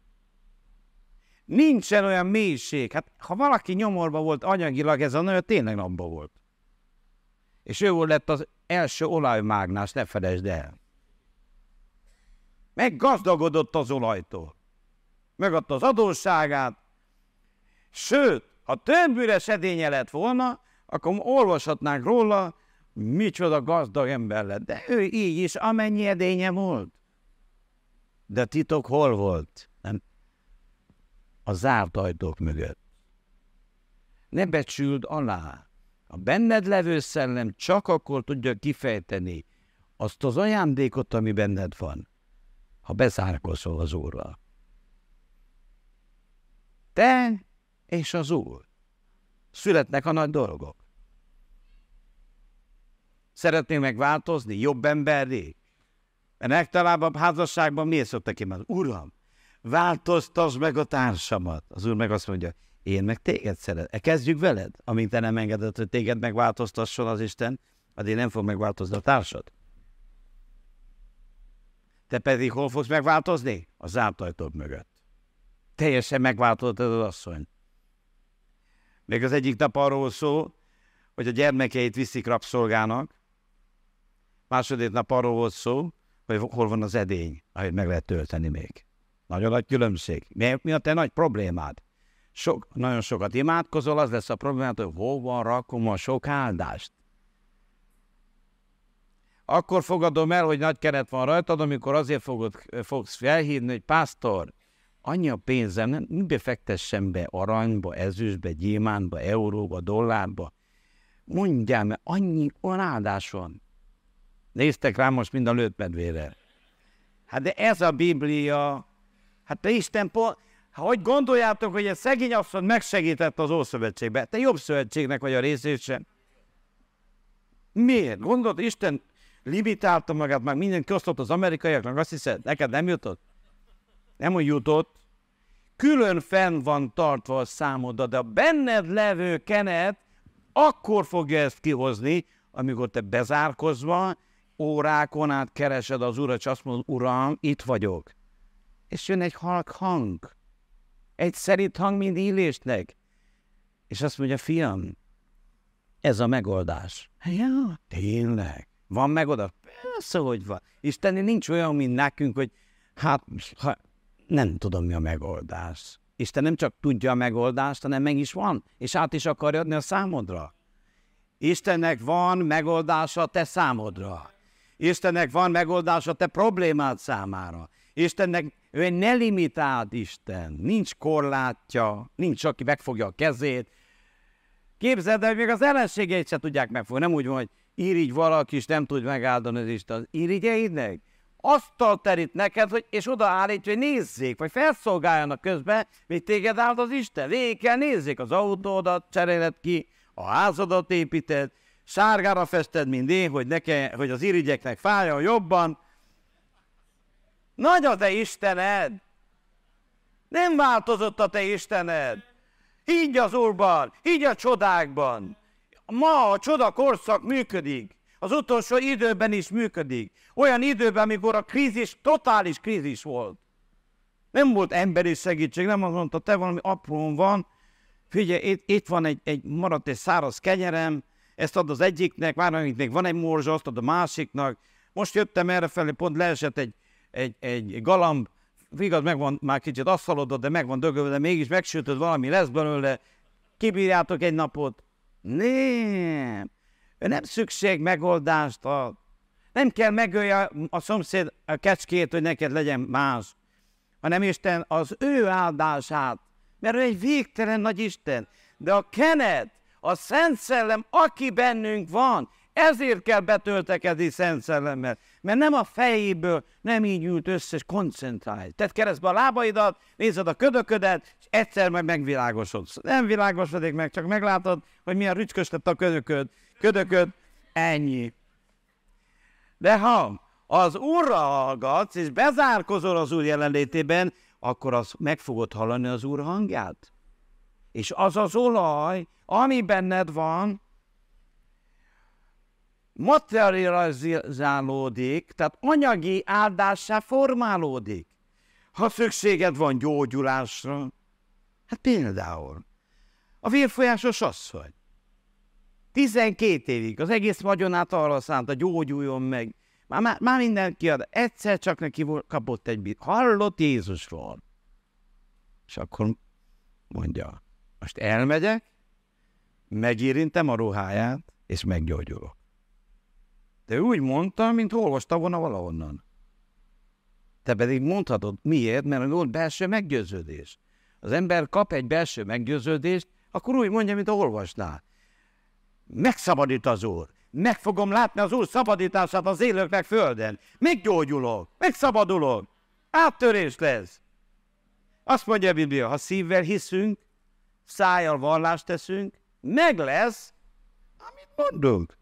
Nincsen olyan mélység. Hát ha valaki nyomorba volt anyagilag, ez a nő tényleg napba volt. És ő volt lett az első olajmágnás, ne felejtsd el. Meggazdagodott az olajtól. Megadta az adósságát. Sőt, ha több üres edénye lett volna, akkor olvashatnánk róla, micsoda gazdag ember lett. De ő így is, amennyi edénye volt. De a titok hol volt? Nem. A zárt ajtók mögött. Ne becsüld alá. A benned levő szellem csak akkor tudja kifejteni azt az ajándékot, ami benned van, ha bezárkozol az Úrral. Te és az Úr. Születnek a nagy dolgok. Szeretnél megváltozni? Jobb emberré? Mert legtalálban házasságban miért szoktak imádni? Uram, változtasd meg a társamat. Az Úr meg azt mondja, én meg téged szeretem. Kezdjük veled, amint te nem engeded, hogy téged megváltoztasson az Isten, addig nem fog megváltozni a társad. Te pedig hol fogsz megváltozni? A zárt ajtók mögött. Teljesen megváltoztad az asszony. Még az egyik nap arról szól, hogy a gyermekeit viszik rabszolgának. Második nap arról volt szó, hogy hol van az edény, ahogy meg lehet tölteni még. Nagyon nagy különbség. Mi, mi a te nagy problémád? Sok, nagyon sokat imádkozol, az lesz a problémád, hogy hova rakom a sok áldást. Akkor fogadom el, hogy nagy keret van rajtad, amikor azért fogod, fogsz felhívni, hogy pásztor, annyi a pénzem, nem, nem befektessem be aranyba, ezüstbe, gyémántba, euróba, dollárba. Mondjál, mert annyi olyan áldás van. Néztek rám most mind a lőtt medvére. Hát de ez a Biblia, hát te Isten, hogy gondoljátok, hogy egy szegény asszony megsegített az Ószövetségbe? Te jobb szövetségnek vagy a részése. Miért? Gondolod, Isten limitálta magát, meg mindent kiosztott az amerikaiaknak, azt hiszed, neked nem jutott? Nem úgy jutott. Külön fenn van tartva a számodra, de a benned levő kenet akkor fogja ezt kihozni, amikor te bezárkozva, órákon át keresed az Urat, és azt mondod, Uram, itt vagyok. És jön egy halk hang. Egy szerint hang, mint illésnek. És azt mondja, fiam, ez a megoldás. Ja, tényleg. Van megoldás? Persze, hogy van. Isteni nincs olyan, mint nekünk, hogy hát, ha, nem tudom, mi a megoldás. Isten nem csak tudja a megoldást, hanem meg is van, és át is akarja adni a számodra. Istennek van megoldása a te számodra. Istennek van megoldása a te problémád számára. Istennek, ő egy ne limitált Isten. Nincs korlátja, nincs, aki megfogja a kezét. Képzeld el, hogy még az ellenségeit se tudják megfogni. Nem úgy van, hogy irigy valaki, és nem tud megáldani az Isten. Irigyeidnek? Asztal terít neked, hogy, és odaállítja, hogy nézzék, vagy felszolgáljanak közben, még téged áld az Isten. Végig kell nézzék az autódat, cseréled ki, a házadat építed, sárgára fested, mint én, hogy, neke, hogy az irigyeknek fájjon jobban. Nagy a te Istened! Nem változott a te Istened! Higgy az Úrban, higgy a csodákban! Ma a csodakorszak működik. Az utolsó időben is működik. Olyan időben, amikor a krízis, totális krízis volt. Nem volt emberi segítség, nem azt mondta, te valami aprón van, figyelj, itt, itt van egy, egy maradt egy száraz kenyerem, ezt ad az egyiknek, már amiknek van egy morzsa, azt ad a másiknak. Most jöttem errefelé, pont leesett egy, egy, egy galamb, igaz, megvan már kicsit asszalodott, de megvan dögölve, de mégis megsütött, valami lesz belőle. Kibírjátok egy napot? Nem. Ő nem szükség megoldást ad. Nem kell megölje a szomszéd a kecskét, hogy neked legyen más, hanem Isten az ő áldását, mert ő egy végtelen nagy Isten. De a kenet, a Szent Szellem, aki bennünk van, ezért kell betöltekezni Szent Szellemmel, mert nem a fejéből, nem így ült össze, és koncentrálj. Tedd keresztbe a lábaidat, nézed a ködöködet, és egyszer majd megvilágosodsz. Nem világosodik meg, csak meglátod, hogy milyen rücskös lett a ködököd, ködököd, ennyi. De ha az Úrra hallgatsz, és bezárkozol az Úr jelenlétében, akkor az meg fogod hallani az Úr hangját. És az az olaj, ami benned van, materializálódik, tehát anyagi áldássá formálódik. Ha szükséged van gyógyulásra, hát például a vérfolyásos asszony. tizenkét évig az egész vagyonát arra szánta, gyógyuljon meg. Már, már, már mindenki ad. Egyszer csak neki kapott egy bit. Hallott Jézusról. És akkor mondja, most elmegyek, megérintem a ruháját, és meggyógyulok. De úgy mondta, mint olvasta volna valahonnan. Te pedig mondhatod, miért? Mert volt belső meggyőződés. Az ember kap egy belső meggyőződést, akkor úgy mondja, mint olvasná. Megszabadít az Úr. Meg fogom látni az Úr szabadítását az élőknek földön. Meggyógyulok, megszabadulok. Áttörés lesz. Azt mondja a Biblia, ha szívvel hiszünk, szájjal vallást teszünk, meg lesz, amit mondunk.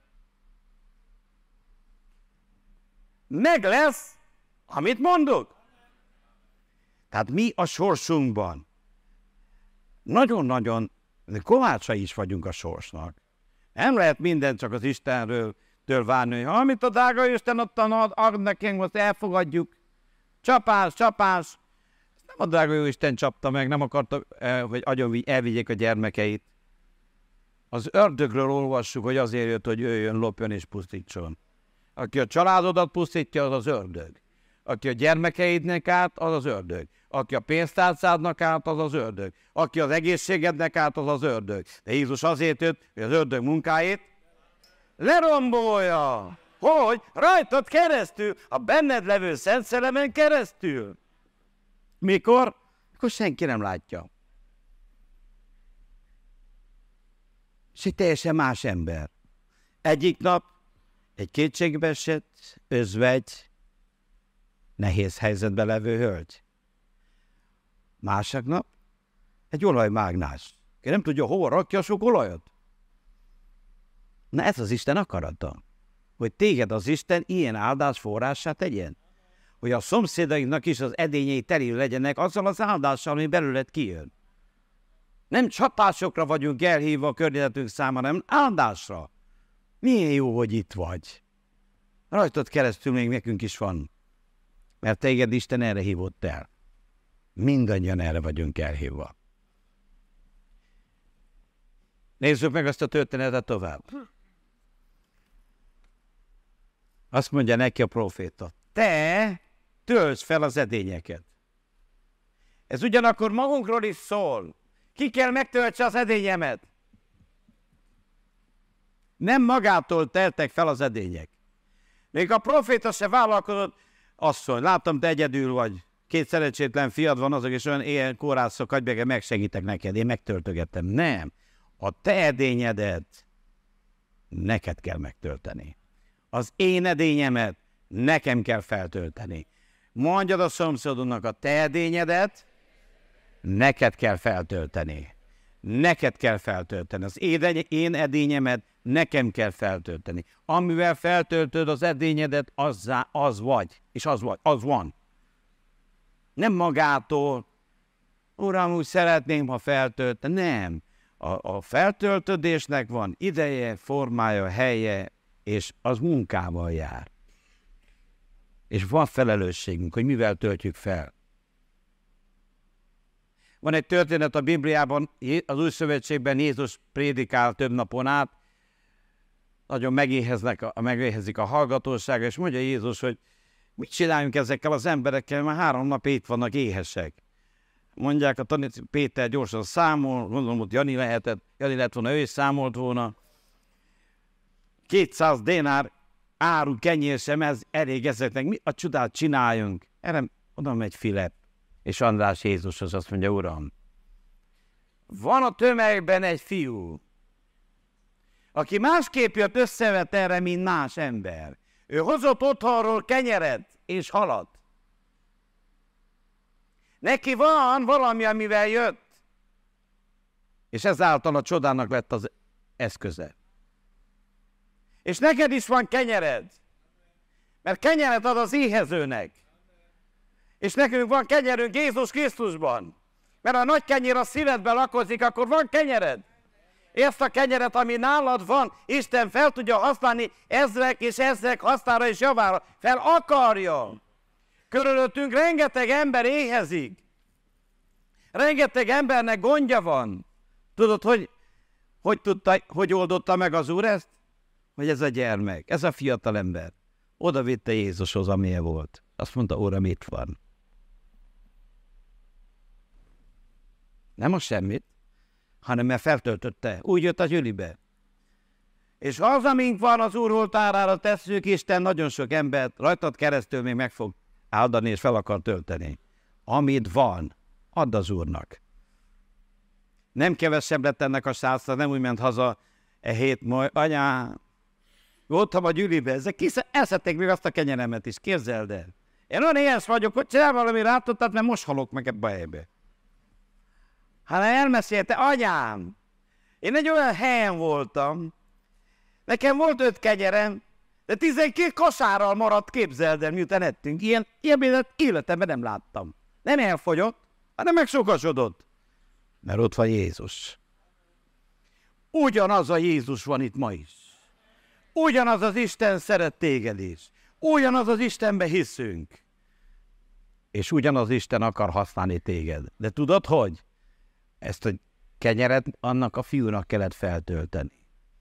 Meg lesz, amit mondok. Tehát mi a sorsunkban nagyon-nagyon kovácsai is vagyunk a sorsnak. Nem lehet mindent csak az Istenről től várni, hogy amit a drága Isten adta, ad nekünk, most elfogadjuk. Csapás, csapás. Nem a drága jó Isten csapta meg, nem akarta, hogy agyon elvigyék a gyermekeit. Az ördögről olvassuk, hogy azért jött, hogy jöjjön, lopjon és pusztítson. Aki a családodat pusztítja, az az ördög. Aki a gyermekeidnek át, az az ördög. Aki a pénztárcádnak át, az az ördög. Aki az egészségednek át, az az ördög. De Jézus azért jött, hogy az ördög munkáit lerombolja. Hogy? Rajtad keresztül, a benned levő Szent Szellemen keresztül. Mikor? Mikor senki nem látja. És egy teljesen más ember. Egyik nap egy kétségbeesett, özvegy, nehéz helyzetben levő hölgy. Másik nap egy olajmágnás. Ki nem tudja, hova rakja a sok olajat. Na ez az Isten akarata. Hogy téged az Isten ilyen áldás forrássá tegyen. Hogy a szomszédainknak is az edényei teli legyenek azzal az áldással, ami belőled kijön. Nem csapásokra vagyunk elhívva a környezetünk számára, hanem áldásra. Milyen jó, hogy itt vagy. Rajtad keresztül még nekünk is van. Mert téged Isten erre hívott el. Mindannyian erre vagyunk elhívva. Nézzük meg azt a történetet tovább. Azt mondja neki a próféta, te töltsd fel az edényeket. Ez ugyanakkor magunkról is szól. Ki kell megtöltse az edényemet? Nem magától teltek fel az edények. Még a próféta se vállalkozott, asszony, láttam, te egyedül vagy, két szerencsétlen fiad van, azok is olyan ilyen kórászok, hogy meg megsegítek neked, én megtöltögettem. Nem, a te edényedet neked kell megtölteni. Az én edényemet nekem kell feltölteni. Mondjad a szomszédodnak, a te edényedet neked kell feltölteni. Neked kell feltölteni. Az én edényemet nekem kell feltölteni. Amivel feltöltöd az edényedet, azzá, az vagy. És az vagy, az van. Nem magától. Uram, úgy szeretném, ha feltölteni. Nem. A, a feltöltődésnek van ideje, formája, helye, és az munkával jár. És van felelősségünk, hogy mivel töltjük fel. Van egy történet a Bibliában, az Új Szövetségben Jézus prédikál több napon át, nagyon megéheznek, megéhezik a hallgatósága, és mondja Jézus, hogy mit csináljunk ezekkel az emberekkel, már három nap itt vannak éhesek. Mondják a tanító, Péter gyorsan számol, gondolom, hogy Jani lehetett, Jani lett volna, ő is számolt volna. kétszáz dénár áru kenyér sem, ez elég ezeknek, mi a csodát csináljunk? Erre oda megy Filip, és András Jézushoz azt mondja, Uram, van a tömegben egy fiú, aki másképp jött összevet erre, mint más ember. Ő hozott otthonról kenyeret és halat. Neki van valami, amivel jött. És ezáltal a csodának lett az eszköze. És neked is van kenyered. Mert kenyeret ad az éhezőnek. És nekünk van kenyerünk Jézus Krisztusban. Mert ha a nagy kenyér a szívedben lakozik, akkor van kenyered. Ezt a kenyeret, ami nálad van, Isten fel tudja használni ezrek és ezrek hasznára és javára. Fel akarja. Körülöttünk rengeteg ember éhezik. Rengeteg embernek gondja van. Tudod, hogy, hogy, tudta, hogy oldotta meg az Úr ezt? Hogy ez a gyermek, ez a fiatal ember oda vitte Jézushoz, amilyen volt. Azt mondta, Uram, itt van. Nem a semmit, hanem mert feltöltötte. Úgy jött a gyülibe. És az, amink van, az Úr oltárára tesszük, Isten nagyon sok embert rajtad keresztül még meg fog áldani, és fel akar tölteni. Amit van, add az Úrnak. Nem kevesebb lett ennek a srácnak, nem úgy ment haza e hét majd, anyám, voltam a gyülibe, ezek kisze, elszették még azt a kenyeremet is, képzeld el. Én olyan éhes vagyok, hogy csinál valami rátottad, mert most halok meg ebbe a helybe. Hát elmesélte, anyám, én egy olyan helyen voltam, nekem volt öt kenyerem, de tizenkét kosárral maradt, képzeld el, miután ettünk. Ilyen, ilyen életemben nem láttam. Nem elfogyott, hanem megsokasodott. Mert ott van Jézus. Ugyanaz a Jézus van itt ma is. Ugyanaz az Isten szeret téged is. Ugyanaz az Istenbe hiszünk. És ugyanaz Isten akar használni téged. De tudod, hogy? Ezt a kenyeret annak a fiúnak kellett feltölteni.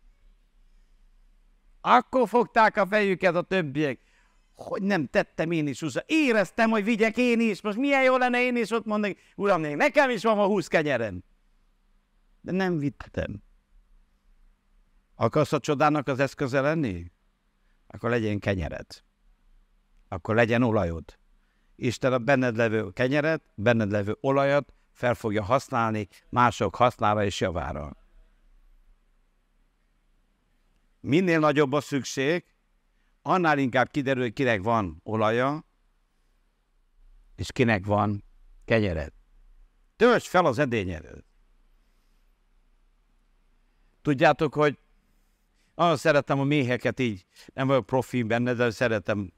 Akkor fogták a fejüket a többiek, hogy nem tettem én is, Usa. Éreztem, hogy vigyek én is. Most milyen jó lenne én is ott mondani, Uram, nekem is van a húsz kenyerem. De nem vittem. Akarsz a csodának az eszköze lenni? Akkor legyen kenyered. Akkor legyen olajod. Isten a benned levő kenyeret, benned levő olajat fel fogja használni mások hasznára és javára. Minél nagyobb a szükség, annál inkább kiderül, hogy kinek van olaja, és kinek van kenyered. Töltsd fel az edényedet. Tudjátok, hogy nagyon szeretem a méheket így, nem vagyok profi benne, de szeretem.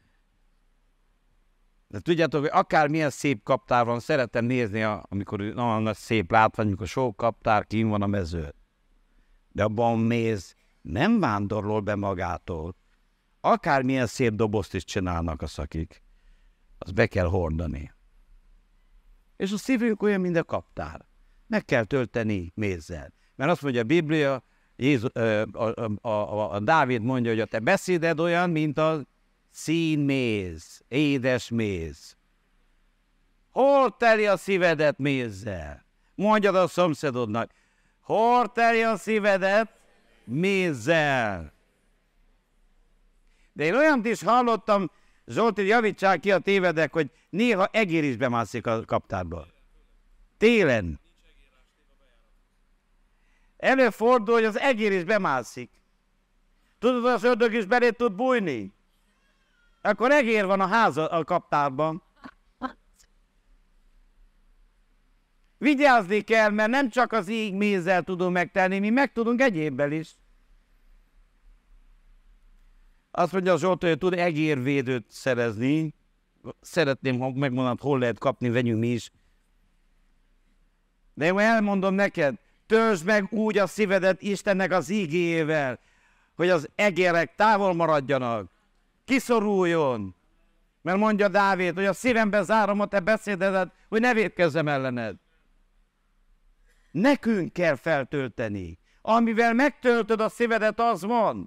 De tudjátok, hogy akármilyen szép kaptár van, szeretem nézni, amikor nagyon nagy szép látvány, amikor sok kaptár kín van a mezőn. De abban méz nem vándorlol be magától. Akármilyen szép dobozt is csinálnak a szakik, azt be kell hordani. És a szívünk olyan, mint a kaptár. Meg kell tölteni mézzel. Mert azt mondja a Biblia, Jézus, a, a, a, a, a Dávid mondja, hogy a te beszéded olyan, mint a színméz, édes méz. Hol teli a szívedet mézzel? Mondjad a szomszédodnak, hol teli a szívedet mézzel? De én olyant is hallottam, Zsolti, javítsák ki, a tévedek, hogy néha egér is bemászik a kaptárba. Télen. Előfordul, hogy az egér is bemászik. Tudod, hogy az ördög is belé tud bújni? Akkor egér van a ház a kaptárban. Vigyázni kell, mert nem csak az íg mézzel tudunk megtenni, mi meg tudunk egyébbel is. Azt mondja a Zsolti, hogy tud egérvédőt szerezni. Szeretném, ha megmondod, hol lehet kapni, vegyünk mi is. De én elmondom neked, töltsd meg úgy a szívedet Istennek az ígéjével, hogy az egérek távol maradjanak, kiszoruljon. Mert mondja Dávid, hogy a szívembe zárom a te beszédedet, hogy ne vétkezzem ellened. Nekünk kell feltölteni. Amivel megtöltöd a szívedet, az van.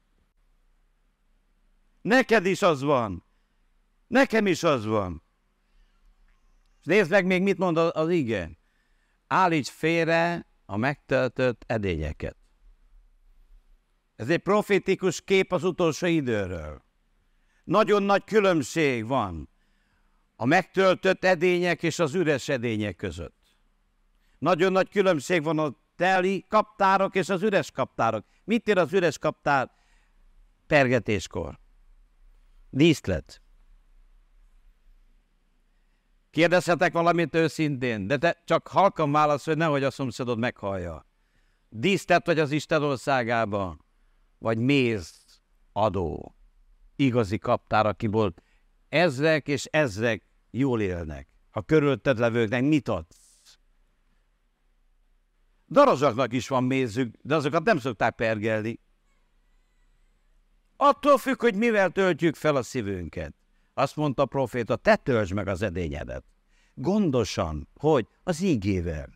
Neked is az van. Nekem is az van. És nézd meg még, mit mond az ige. Állíts félre a megtöltött edényeket. Ez egy profétikus kép az utolsó időről. Nagyon nagy különbség van a megtöltött edények és az üres edények között. Nagyon nagy különbség van a teli kaptárok és az üres kaptárok. Mit ér az üres kaptár pergetéskor? Díszlet. Kérdezhetek valamit őszintén, de te csak halkan válaszolj, nehogy a szomszédod meghallja. Dísztet vagy az Isten országába, vagy méz adó, igazi kaptár, akiből ezrek és ezrek jól élnek. A körülötted levőknek mit adsz? Darazsaknak is van mézük, de azokat nem szokták pergelni. Attól függ, hogy mivel töltjük fel a szívünket. Azt mondta a proféta, te töltsd meg az edényedet. Gondosan, hogy az ígével.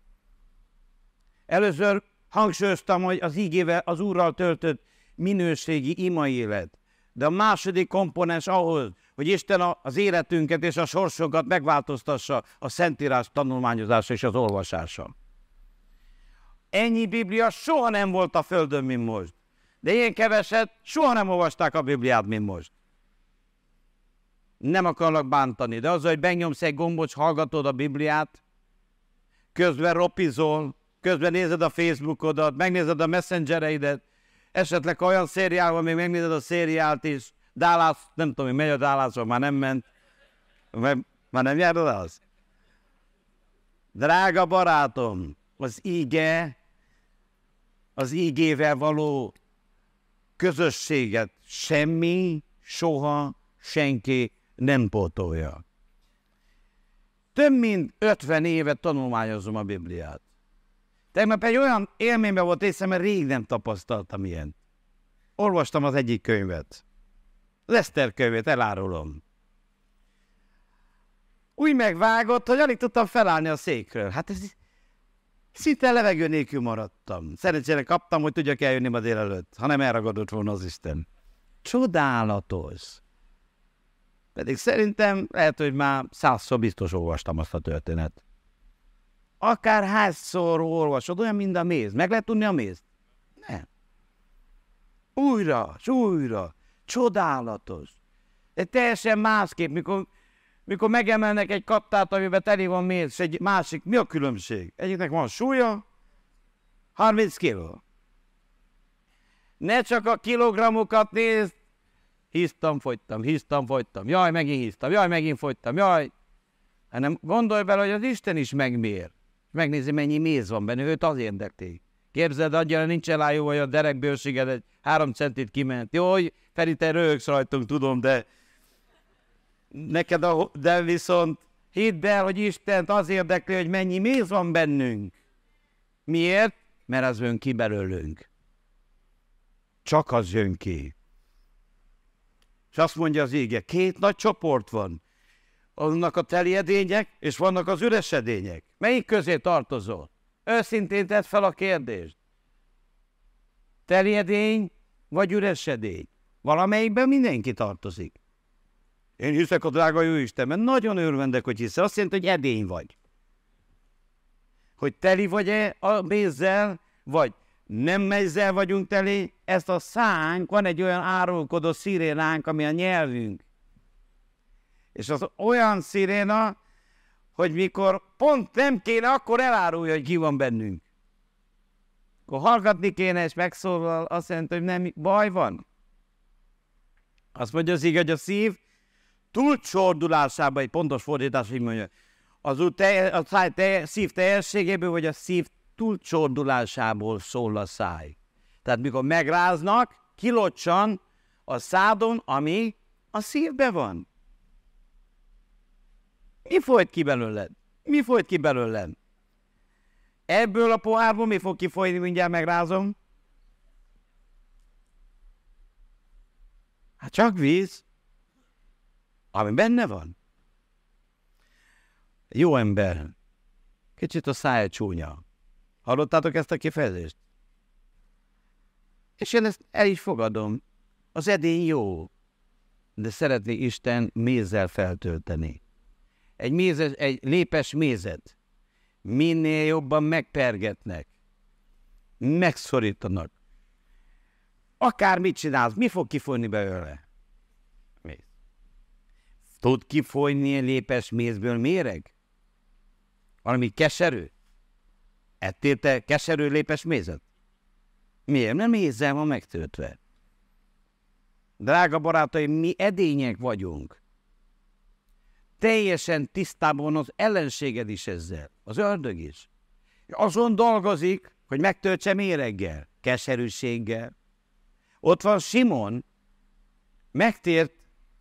Először hangsúlyoztam, hogy az ígével az Úrral töltött minőségi ima élet. De a második komponens ahhoz, hogy Isten az életünket és a sorsunkat megváltoztassa, a Szentírás tanulmányozása és az olvasása. Ennyi Biblia soha nem volt a földön, mint most. De ilyen keveset soha nem olvasták a Bibliát, mint most. Nem akarlak bántani, de az, hogy benyomsz egy gombot, hallgatod a Bibliát, közben ropizol, közben nézed a Facebookodat, megnézed a messengereidet, esetleg olyan szériálban még megnézed a szériált is, Dallas, nem tudom, hogy megy a Dallasba, már nem ment, már nem járod az? Drága barátom, az íge, az ígével való közösséget semmi, soha, senki nem pótolja. Több mint ötven évet tanulmányozom a Bibliát. Tegnap egy olyan élményben volt észre, mert rég nem tapasztaltam ilyet. Olvastam az egyik könyvet. Az Eszter könyvét, elárulom. Úgy megvágott, hogy alig tudtam felállni a székről. Hát ez szinte levegő nélkül maradtam. Szerencsére kaptam, hogy tudjak eljönni ma délelőtt, ha nem elragadott volna az Isten. Csodálatos. Pedig szerintem lehet, hogy már százszor biztos olvastam azt a történet. Akár hányszor olvasod, olyan, mint a méz. Meg lehet tudni a mézt? Nem. Újra, és újra. Csodálatos. De teljesen másképp, mikor, mikor megemelnek egy kaptát, amiben teli van méz, és egy másik, mi a különbség? Egyiknek van súlya, harminc kiló. Ne csak a kilogramokat nézd, hisztam, fogytam, hisztam, fogytam, jaj, megint hisztam, jaj, megint fogytam, jaj. Hanem gondolj bele, hogy az Isten is megmér. Megnézi, mennyi méz van benne, őt az érdekli. Képzeld, adjál, nincs elájó, vagy a derekbőrséged egy három centit kiment. Jó, hogy Feri, te röhögsz rajtunk, tudom, de neked a, de viszont hidd el, hogy Istent az érdekli, hogy mennyi méz van bennünk. Miért? Mert az jön ki belőlünk. Csak az jön ki. És azt mondja az íge, két nagy csoport van. Vannak a teli edények, és vannak az üres edények. Melyik közé tartozol? Őszintén tedd fel a kérdést. Teli edény, vagy üres edény? Valamelyikben mindenki tartozik. Én hiszek a drága jó Istenben, nagyon örvendek, hogy hiszel. Azt jelenti, hogy edény vagy. Hogy teli vagy-e a mézzel, vagy nem mézzel vagyunk teli, ezt a szánk, van egy olyan árulkodó szirénánk, ami a nyelvünk. És az olyan sziréna, hogy mikor pont nem kéne, akkor elárulja, hogy ki van bennünk. Akkor hallgatni kéne, és megszólal, azt jelenti, hogy nem, baj van. Azt mondja az ige, hogy a szív túlcsordulásában, egy pontos fordítás, így mondja, az út telje, a száj telje, szív teljességéből, vagy a szív túlcsordulásából szól a száj. Tehát mikor megráznak, kilocsan a szádon, ami a szívben van. Mi folyt ki belőled? Mi folyt ki belőled? Ebből a pohárból mi fog kifolyni, mindjárt megrázom? Hát csak víz, ami benne van. Jó ember, kicsit a szája csúnya. Hallottátok ezt a kifejezést? És én ezt el is fogadom. Az edény jó, de szeretné Isten mézzel feltölteni. Egy, mézes, egy lépes mézet minél jobban megpergetnek, megszorítanak. Akármit csinálsz, mi fog kifolyni belőle? Méz. Tud kifolyni egy lépes mézből méreg? Valami keserű? Ettél te keserű lépes mézet? Miért? Nem mézzel van megtöltve. Drága barátaim, mi edények vagyunk. teljesen tisztában van az ellenséged is ezzel, az ördög is. Azon dolgozik, hogy megtöltse méreggel, keserűséggel. Ott van Simon, megtért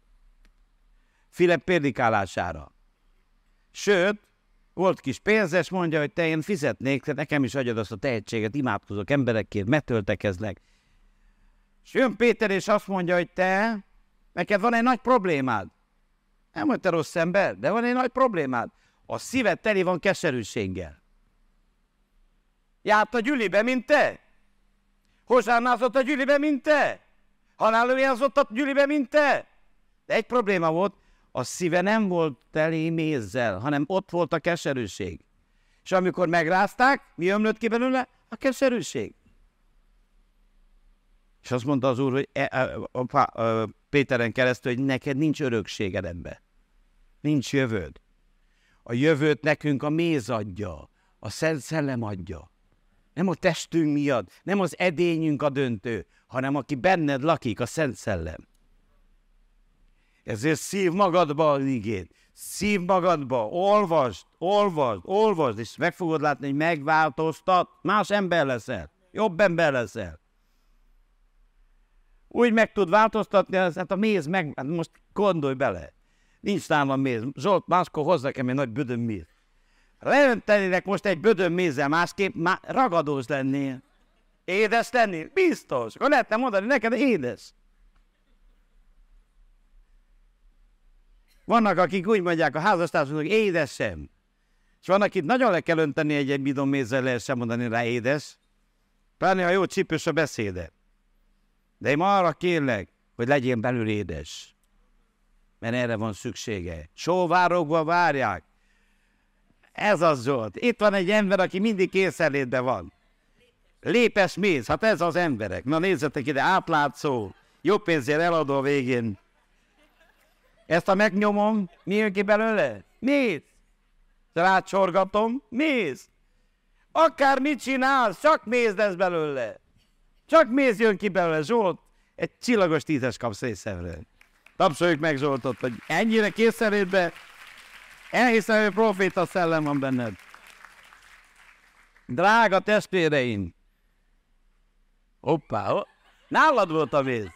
Filip prédikálására. Sőt, volt kis pénzes, mondja, hogy te én fizetnék, te nekem is adjad azt a tehetséget, imádkozok emberekért, megtöltekezlek. És jön Péter, és azt mondja, hogy te, neked van egy nagy problémád. Nem vagy te rossz ember, de van egy nagy problémád. A szíved teli van keserűséggel. Járt a gyülibe, mint te? Hozsánázott a gyülibe, mint te? Halálőjázott a gyülibe, mint te? De egy probléma volt, a szíve nem volt teli mézzel, hanem ott volt a keserűség. És amikor megrázták, mi ömlött ki belőle? A keserűség. És azt mondta az Úr, hogy e, e, a, a, a Péteren keresztül, hogy neked nincs örökséged ebbe. Nincs jövőd. A jövőt nekünk a méz adja, a Szent Szellem adja. Nem a testünk miatt, nem az edényünk a döntő, hanem aki benned lakik, a Szent Szellem. Ezért szív magadba az igét, szív magadba, olvasd, olvasd, olvasd, és meg fogod látni, hogy megváltoztat, más ember leszel, jobb ember leszel. Úgy meg tud változtatni, hát a méz meg, hát most gondolj bele, nincs nálam méz. Zsolt, máskor hozz nekem egy nagy bödön méz. Leöntenének most egy bödön mézzel, másképp már ragadós lennél. Édes lennél? Biztos. Akkor lehetne mondani neked, édes. Vannak, akik úgy mondják a házastársunknak, hogy édesem. És van, akit nagyon le kell önteni egy-egy bidon mézzel, lehessen mondani rá édes. Pláne, ha jó csípős a beszéde. De én ma arra kérlek, hogy legyél belül édes. Mert erre van szüksége. Sóvárogva várják. Ez az Zsolt. Itt van egy ember, aki mindig készenlétben van. Lépes méz, hát ez az emberek. Na nézzetek ide, átlátszó, jó pénzért eladó a végén. Ezt a megnyomom, mi jön ki belőle? Méz. Rácsorgatom, méz. Akár mit csinálsz, csak méz lesz belőle. Csak méz jön ki belőle, Zsolt. Egy csillagos tízes kapsz részemről. Tapsoljuk meg Zsoltot, hogy ennyire készenlétben elhiszem, hogy proféta szellem van benned. Drága testvéreim! Hoppá, ho. Nálad volt a méz.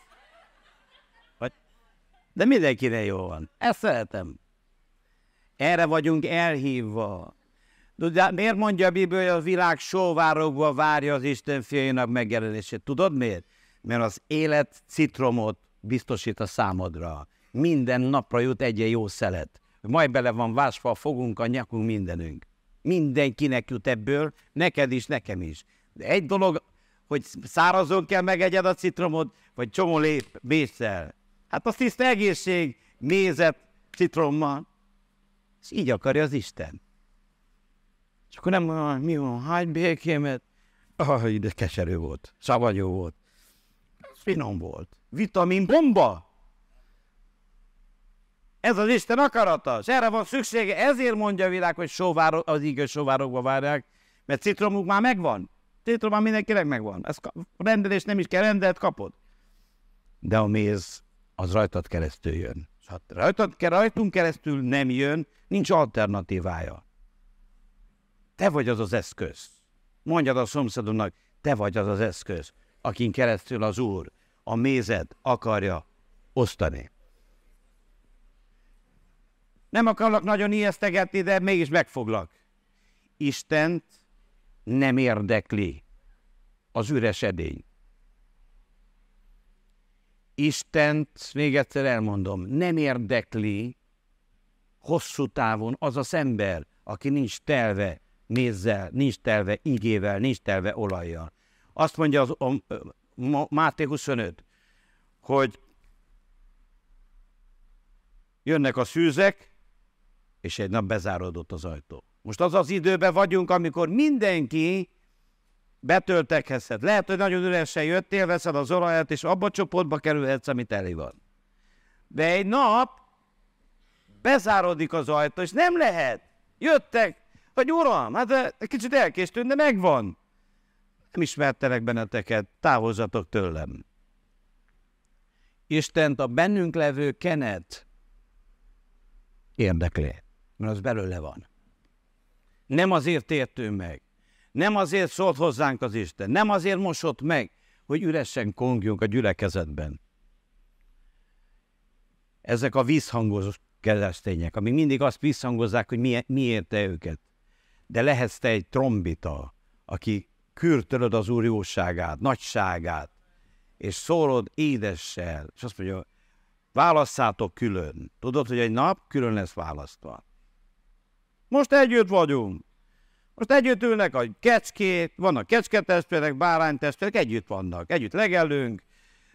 De mindenkinek jó van. Ezt szeretem. Erre vagyunk elhívva. De miért mondja a Biblia, hogy a világ sóvárogva várja az Isten fiainak megjelenését? Tudod miért? Mert az élet citromot biztosít a számodra. Minden napra jut egy jó szelet. Majd bele van vásva a fogunk, a nyakunk, mindenünk. Mindenkinek jut ebből, neked is, nekem is. De egy dolog, hogy szárazon kell megegyed a citromot, vagy csomó lép mézsel. Hát az tiszta egészség, mézet, citrommal. És így akarja az Isten. És akkor nem mondom, mi van, hány békémet. Ah, de keserű volt, savanyú volt. Finom volt. Vitamin bomba. Ez az Isten akarata, és erre van szüksége. Ezért mondja a világ, hogy sóvárok, az igaz sóvárokba várják, mert citromuk már megvan. Citrom már mindenkinek megvan. Ez a rendelés nem is kell rendelt, kapod. De a méz az rajtad keresztül jön. Ha rajtad, rajtunk keresztül nem jön, nincs alternatívája. Te vagy az az eszköz. Mondjad a szomszédodnak, te vagy az az eszköz, akin keresztül az Úr a mézet akarja osztani. Nem akarlak nagyon ijesztegetni, de mégis megfoglak. Istent nem érdekli az üres edény. Istent, még egyszer elmondom, nem érdekli hosszú távon az az ember, aki nincs telve mézzel, nincs telve igével, nincs telve olajjal. Azt mondja az, a, a, Máté huszonöt, hogy jönnek a szűzek, és egy nap bezáródott az ajtó. Most az az időben vagyunk, amikor mindenki betöltekezhet. Lehet, hogy nagyon üresen jöttél, veszed az olajat, és abba a csoportba kerülhetsz, amit teli van. De egy nap bezáródik az ajtó, és nem lehet. Jöttek, hogy uram, hát kicsit elkéstünk, de megvan. Nem ismertelek benneteket, távozzatok tőlem. Istent a bennünk levő kenet érdekli, mert az belőle van. Nem azért értünk meg, nem azért szólt hozzánk az Isten, nem azért mosott meg, hogy üresen kongjunk a gyülekezetben. Ezek a vízhangos keresztények, amik mindig azt visszhangozzák, hogy mi, mi érte őket. De lehetsz te egy trombita, aki kürtölöd az Úr jóságát, nagyságát, és szólod édessel, és azt mondja, válasszátok külön. Tudod, hogy egy nap külön lesz választva. Most együtt vagyunk. Most együtt ülnek a kecskét, vannak kecsketestvérek, báránytestvérek, együtt vannak, együtt legelünk.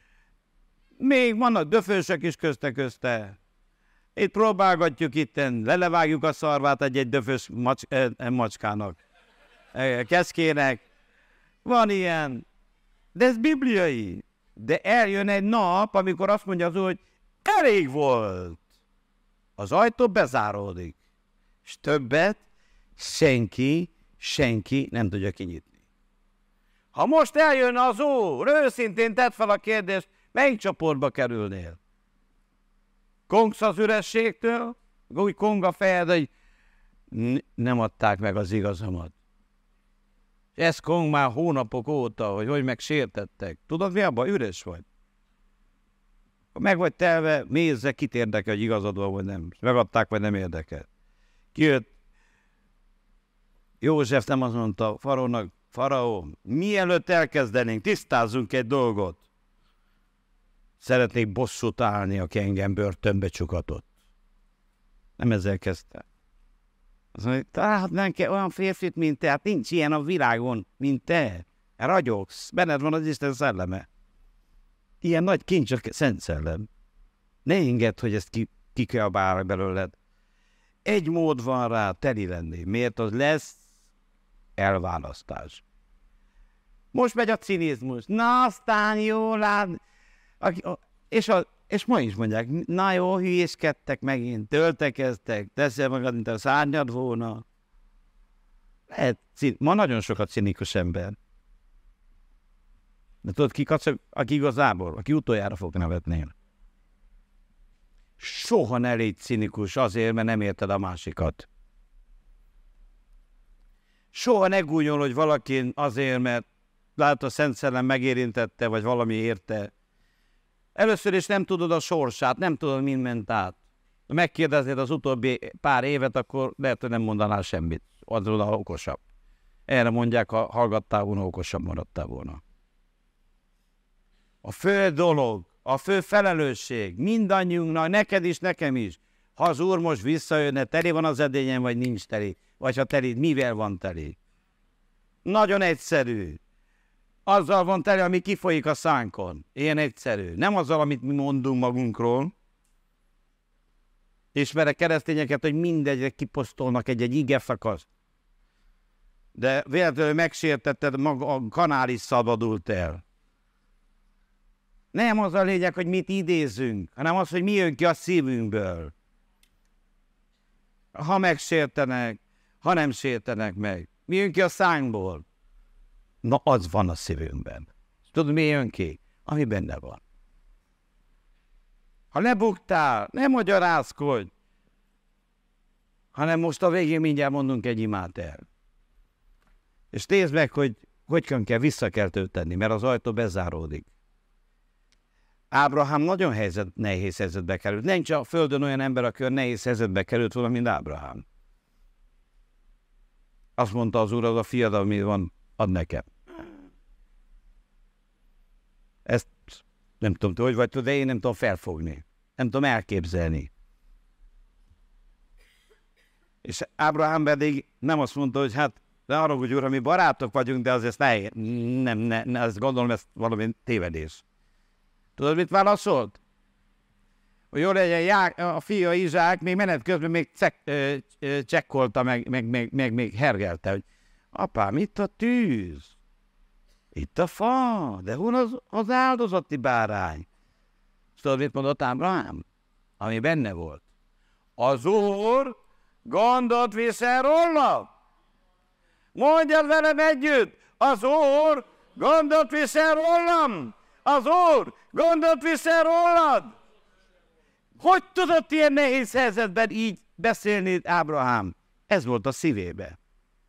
Még vannak döfősök is közte-közte. Itt próbálgatjuk itten, lelevágjuk a szarvát egy-egy döfös macs, eh, macskának, eh, keckének. Van ilyen. De ez bibliai. De eljön egy nap, amikor azt mondja az Úr, hogy elég volt. Az ajtó bezáródik. És többet senki, senki nem tudja kinyitni. Ha most eljön az Úr, őszintén tedd fel a kérdést, melyik csoportba kerülnél? Kongsz az ürességtől? Úgy kong a fejed, hogy nem adták meg az igazamat. És ez kong már hónapok óta, hogy hogy megsértettek. Tudod mi abban? Üres vagy. Ha meg vagy telve, mézze, kit érdekel, hogy igazad van, vagy nem. Megadták, vagy nem érdekel. Kijött József, nem azt mondta Faraónak, Faraó, mielőtt elkezdenénk, tisztázzunk egy dolgot. Szeretnék bosszút állni, aki engem börtönbe csukatott. Nem ezzel kezdte. Azt mondja, találhatnánk olyan férfit, mint te, hát nincs ilyen a világon, mint te. Ragyogsz, benned van az Isten szelleme. Ilyen nagy kincs a Szent Szellem. Ne engedd, hogy ezt ki, kikiabálják belőled. Egy mód van rá teli lenni. Miért? Az lesz elválasztás. Most megy a cinizmus. Na, aztán jó, lát. És, a, és ma is mondják, na jó, hülyéskedtek megint, töltekeztek, teszel magad, mint a szárnyad volna. Lehet, ma nagyon sokat cinikus ember. De tudod, ki, aki igazából, aki utoljára fog nevetni. Soha ne légy cinikus azért, mert nem érted a másikat. Soha ne gújjon, hogy valaki azért, mert látod, a Szent Szellem megérintette, vagy valami érte. Először is nem tudod a sorsát, nem tudod, mind ment át. Ha megkérdeznéd az utóbbi pár évet, akkor lehet, hogy nem mondanál semmit. Az oda okosabb. Erre mondják, ha hallgattál volna, okosabb maradtál volna. A fő dolog, a fő felelősség mindannyiunknak, neked is, nekem is. Ha az Úr most visszajönne, teli van az edényen, vagy nincs teli. Vagy ha teli, mivel van teli? Nagyon egyszerű. Azzal van teli, ami kifolyik a szánkon. Ilyen egyszerű. Nem azzal, amit mi mondunk magunkról. Ismerek keresztényeket, hogy mindegyre kiposztolnak egy-egy igeszakaszt. De véletlenül megsértetted, maga a kanál is szabadult el. Nem az a lényeg, hogy mit idézünk, hanem az, hogy mi jön ki a szívünkből. Ha megsértenek, ha nem sértenek meg. Mi jön ki a szánkból? Na, az van a szívünkben. Tudod, mi jön ki? Ami benne van. Ha lebuktál, nem magyarázkodj, hanem most a végén mindjárt mondunk egy imát el. És nézd meg, hogy hogyan kell, vissza kell tenni, mert az ajtó bezáródik. Ábrahám nagyon helyzet, nehéz helyzetbe került. Nincs a földön olyan ember, aki a nehéz helyzetbe került volna, mint Ábrahám. Azt mondta az Úr, az a fiad, ami van, add nekem. Ezt nem tudom, te hogy vagy, de én nem tudom felfogni. Nem tudom elképzelni. És Ábrahám pedig nem azt mondta, hogy hát, ne arra, hogy Úr, mi barátok vagyunk, de azért ne, nem, ne, ne, azt gondolom, ez valami tévedés. Tudod, mit válaszolt? Hogy jól legyen, Ják, a fia Izsák még menet közben még cek, ö, ö, csekkolta, meg, meg, meg, meg még hergelte, hogy apám, itt a tűz, itt a fa, de hol az, az áldozati bárány? Tudod, mit mondott Ábrahám? Ami benne volt. Az Úr gondot visel róla. Mondjad velem együtt, az Úr gondot visel rólam. Az Úr gondot visel rólad. Hogy tudod ilyen nehéz helyzetben így beszélni Ábrahám. Ez volt a szívébe.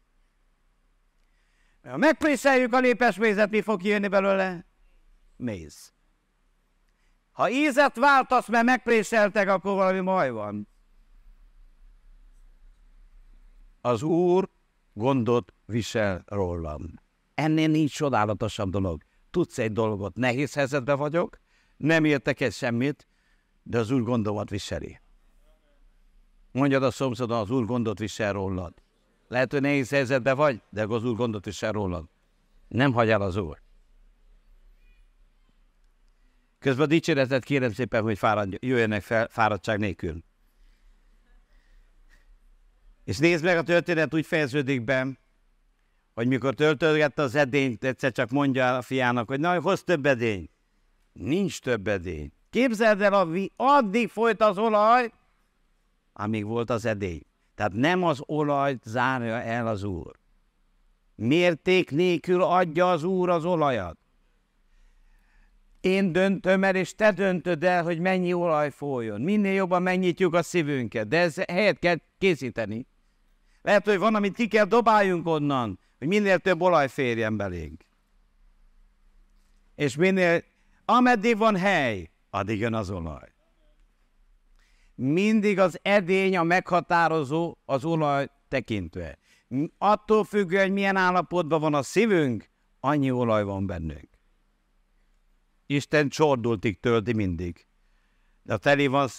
Ha megpréseljük a lépesmézet, mi fog jönni belőle? Méz. Ha ízet váltasz, mert megpréseltek, akkor valami baj van. Az Úr gondot visel rólam. Ennél nincs csodálatosabb dolog. Tudsz egy dolgot, nehéz helyzetben vagyok, nem értek egy semmit, de az Úr gondomat viseli. Mondjad a szomszédon, az Úr gondot visel rólad. Lehet, hogy nehéz helyzetben vagy, de az Úr gondot visel rólad. Nem hagy el az Úr. Közben a dicséretet kérem szépen, hogy fárad, jöjjenek fel fáradtság nélkül. És nézd meg, a történet úgy fejeződik be, hogy mikor töltölgette az edényt, egyszer csak mondja a fiának, hogy na, hozz több edény. Nincs több edény. Képzeld el, addig folyt az olaj, amíg volt az edény. Tehát nem az olajt zárja el az Úr. Mérték nélkül adja az Úr az olajat. Én döntöm el, és te döntöd el, hogy mennyi olaj folyjon. Minél jobban megnyitjuk a szívünket, de ez helyet kell készíteni. Lehet, hogy van, amit ki kell dobáljunk onnan, hogy minél több olaj férjen belénk. És minél, ameddig van hely, addig jön az olaj. Mindig az edény a meghatározó az olaj tekintve. Attól függően, hogy milyen állapotban van a szívünk, annyi olaj van bennünk. Isten csordultig tölti mindig. De ha teli van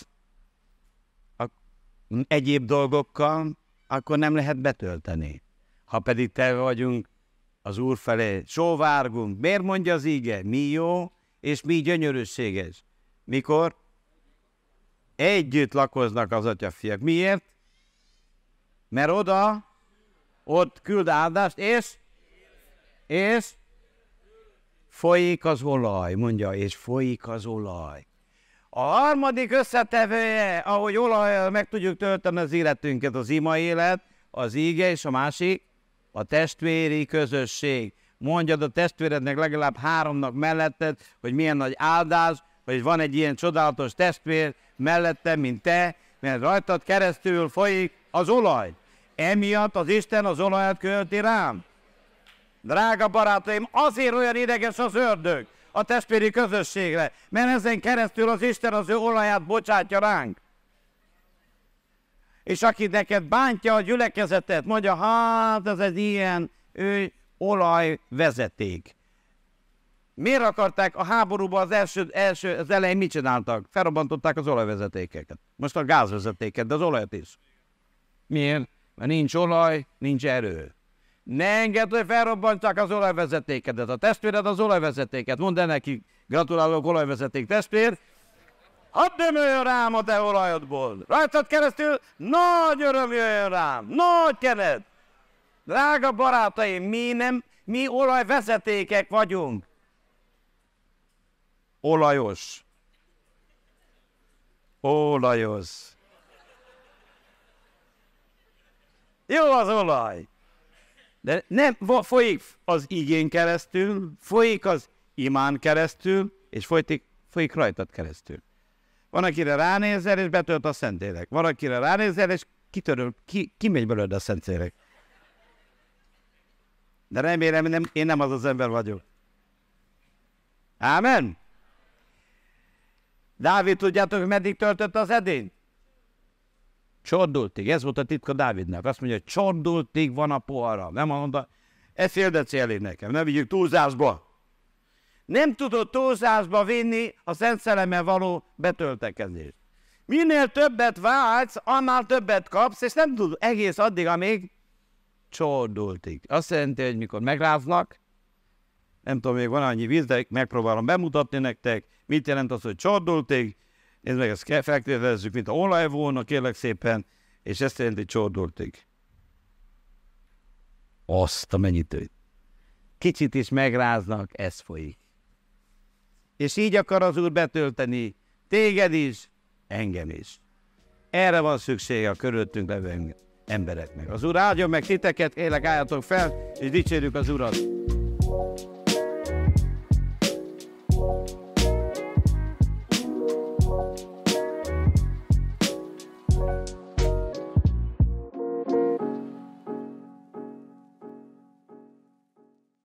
egyéb dolgokkal, akkor nem lehet betölteni. Ha pedig te vagyunk az Úr felé, sóvárgunk. Miért mondja az íge? Mi jó és mi gyönyörűséges. Mikor? Együtt lakoznak az atyafiak. Miért? Mert oda, ott küld áldást, és, és folyik az olaj, mondja, és folyik az olaj. A harmadik összetevője, ahogy olajjal meg tudjuk tölteni az életünket, az ima élet, az íge, és a másik, a testvéri közösség. Mondjad a testvérednek legalább háromnak melletted, hogy milyen nagy áldás, hogy van egy ilyen csodálatos testvér mellettem, mint te, mert rajtad keresztül folyik az olaj. Emiatt az Isten az olajat költi rám. Drága barátaim, azért olyan ideges az ördög a testvéri közösségre, mert ezen keresztül az Isten az ő olaját bocsátja ránk. És aki neked bántja a gyülekezetet, mondja, hát ez egy ilyen ő olajvezeték. Miért akarták a háborúban az első, első az elején mit csináltak? Felrobbantották az olajvezetékeket. Most a gázvezetéket, de az olajat is. Miért? Mert nincs olaj, nincs erő. Ne engedd, hogy felrobbantják az olajvezetékedet. A testvéred az olajvezetéket. Mondd el neki, gratulálok olajvezeték testvér. Hadd nem jöjjön rám a te olajodból. Rajtad keresztül nagy öröm jöjjön rám. Nagy kenet. Drága barátaim, mi nem, mi olajvezetékek vagyunk. Olajos. Olajos. Jó az olaj. De nem folyik az igén keresztül, folyik az imán keresztül, és folyik, folyik rajtad keresztül. Van, akire ránézel, és betölt a Szentlélek. Van, akire ránézel, és kitöröl, ki, kimegy belőle a Szentlélek. De remélem, nem, én nem az az ember vagyok. Ámen? Dávid, tudjátok, hogy meddig töltötte az edényt? Csordultig. Ez volt a titka Dávidnak. Azt mondja, hogy csordultig van a pohara. Nem mondta, ez fél deci elég nekem, ne vigyük túlzásba. Nem tudod túlzásba vinni a Szent Szellemmel való betöltekezést. Minél többet vágysz, annál többet kapsz, és nem tudod egész addig, amíg csordultig. Azt jelenti, hogy mikor megráznak, nem tudom, még van annyi víz, de megpróbálom bemutatni nektek, mit jelent az, hogy csordultig. Nézd meg, ezt feltételezzük, mint a olaj volna, kérlek szépen, és ezt jelenti, hogy csordultig. Azt a mennyit. Kicsit is megráznak, ez folyik. És így akar az Úr betölteni téged is, engem is. Erre van szüksége a körülöttünk levő embereknek. Az Úr áldjon meg titeket, kérlek álljatok fel, és dicsérjük az Urat.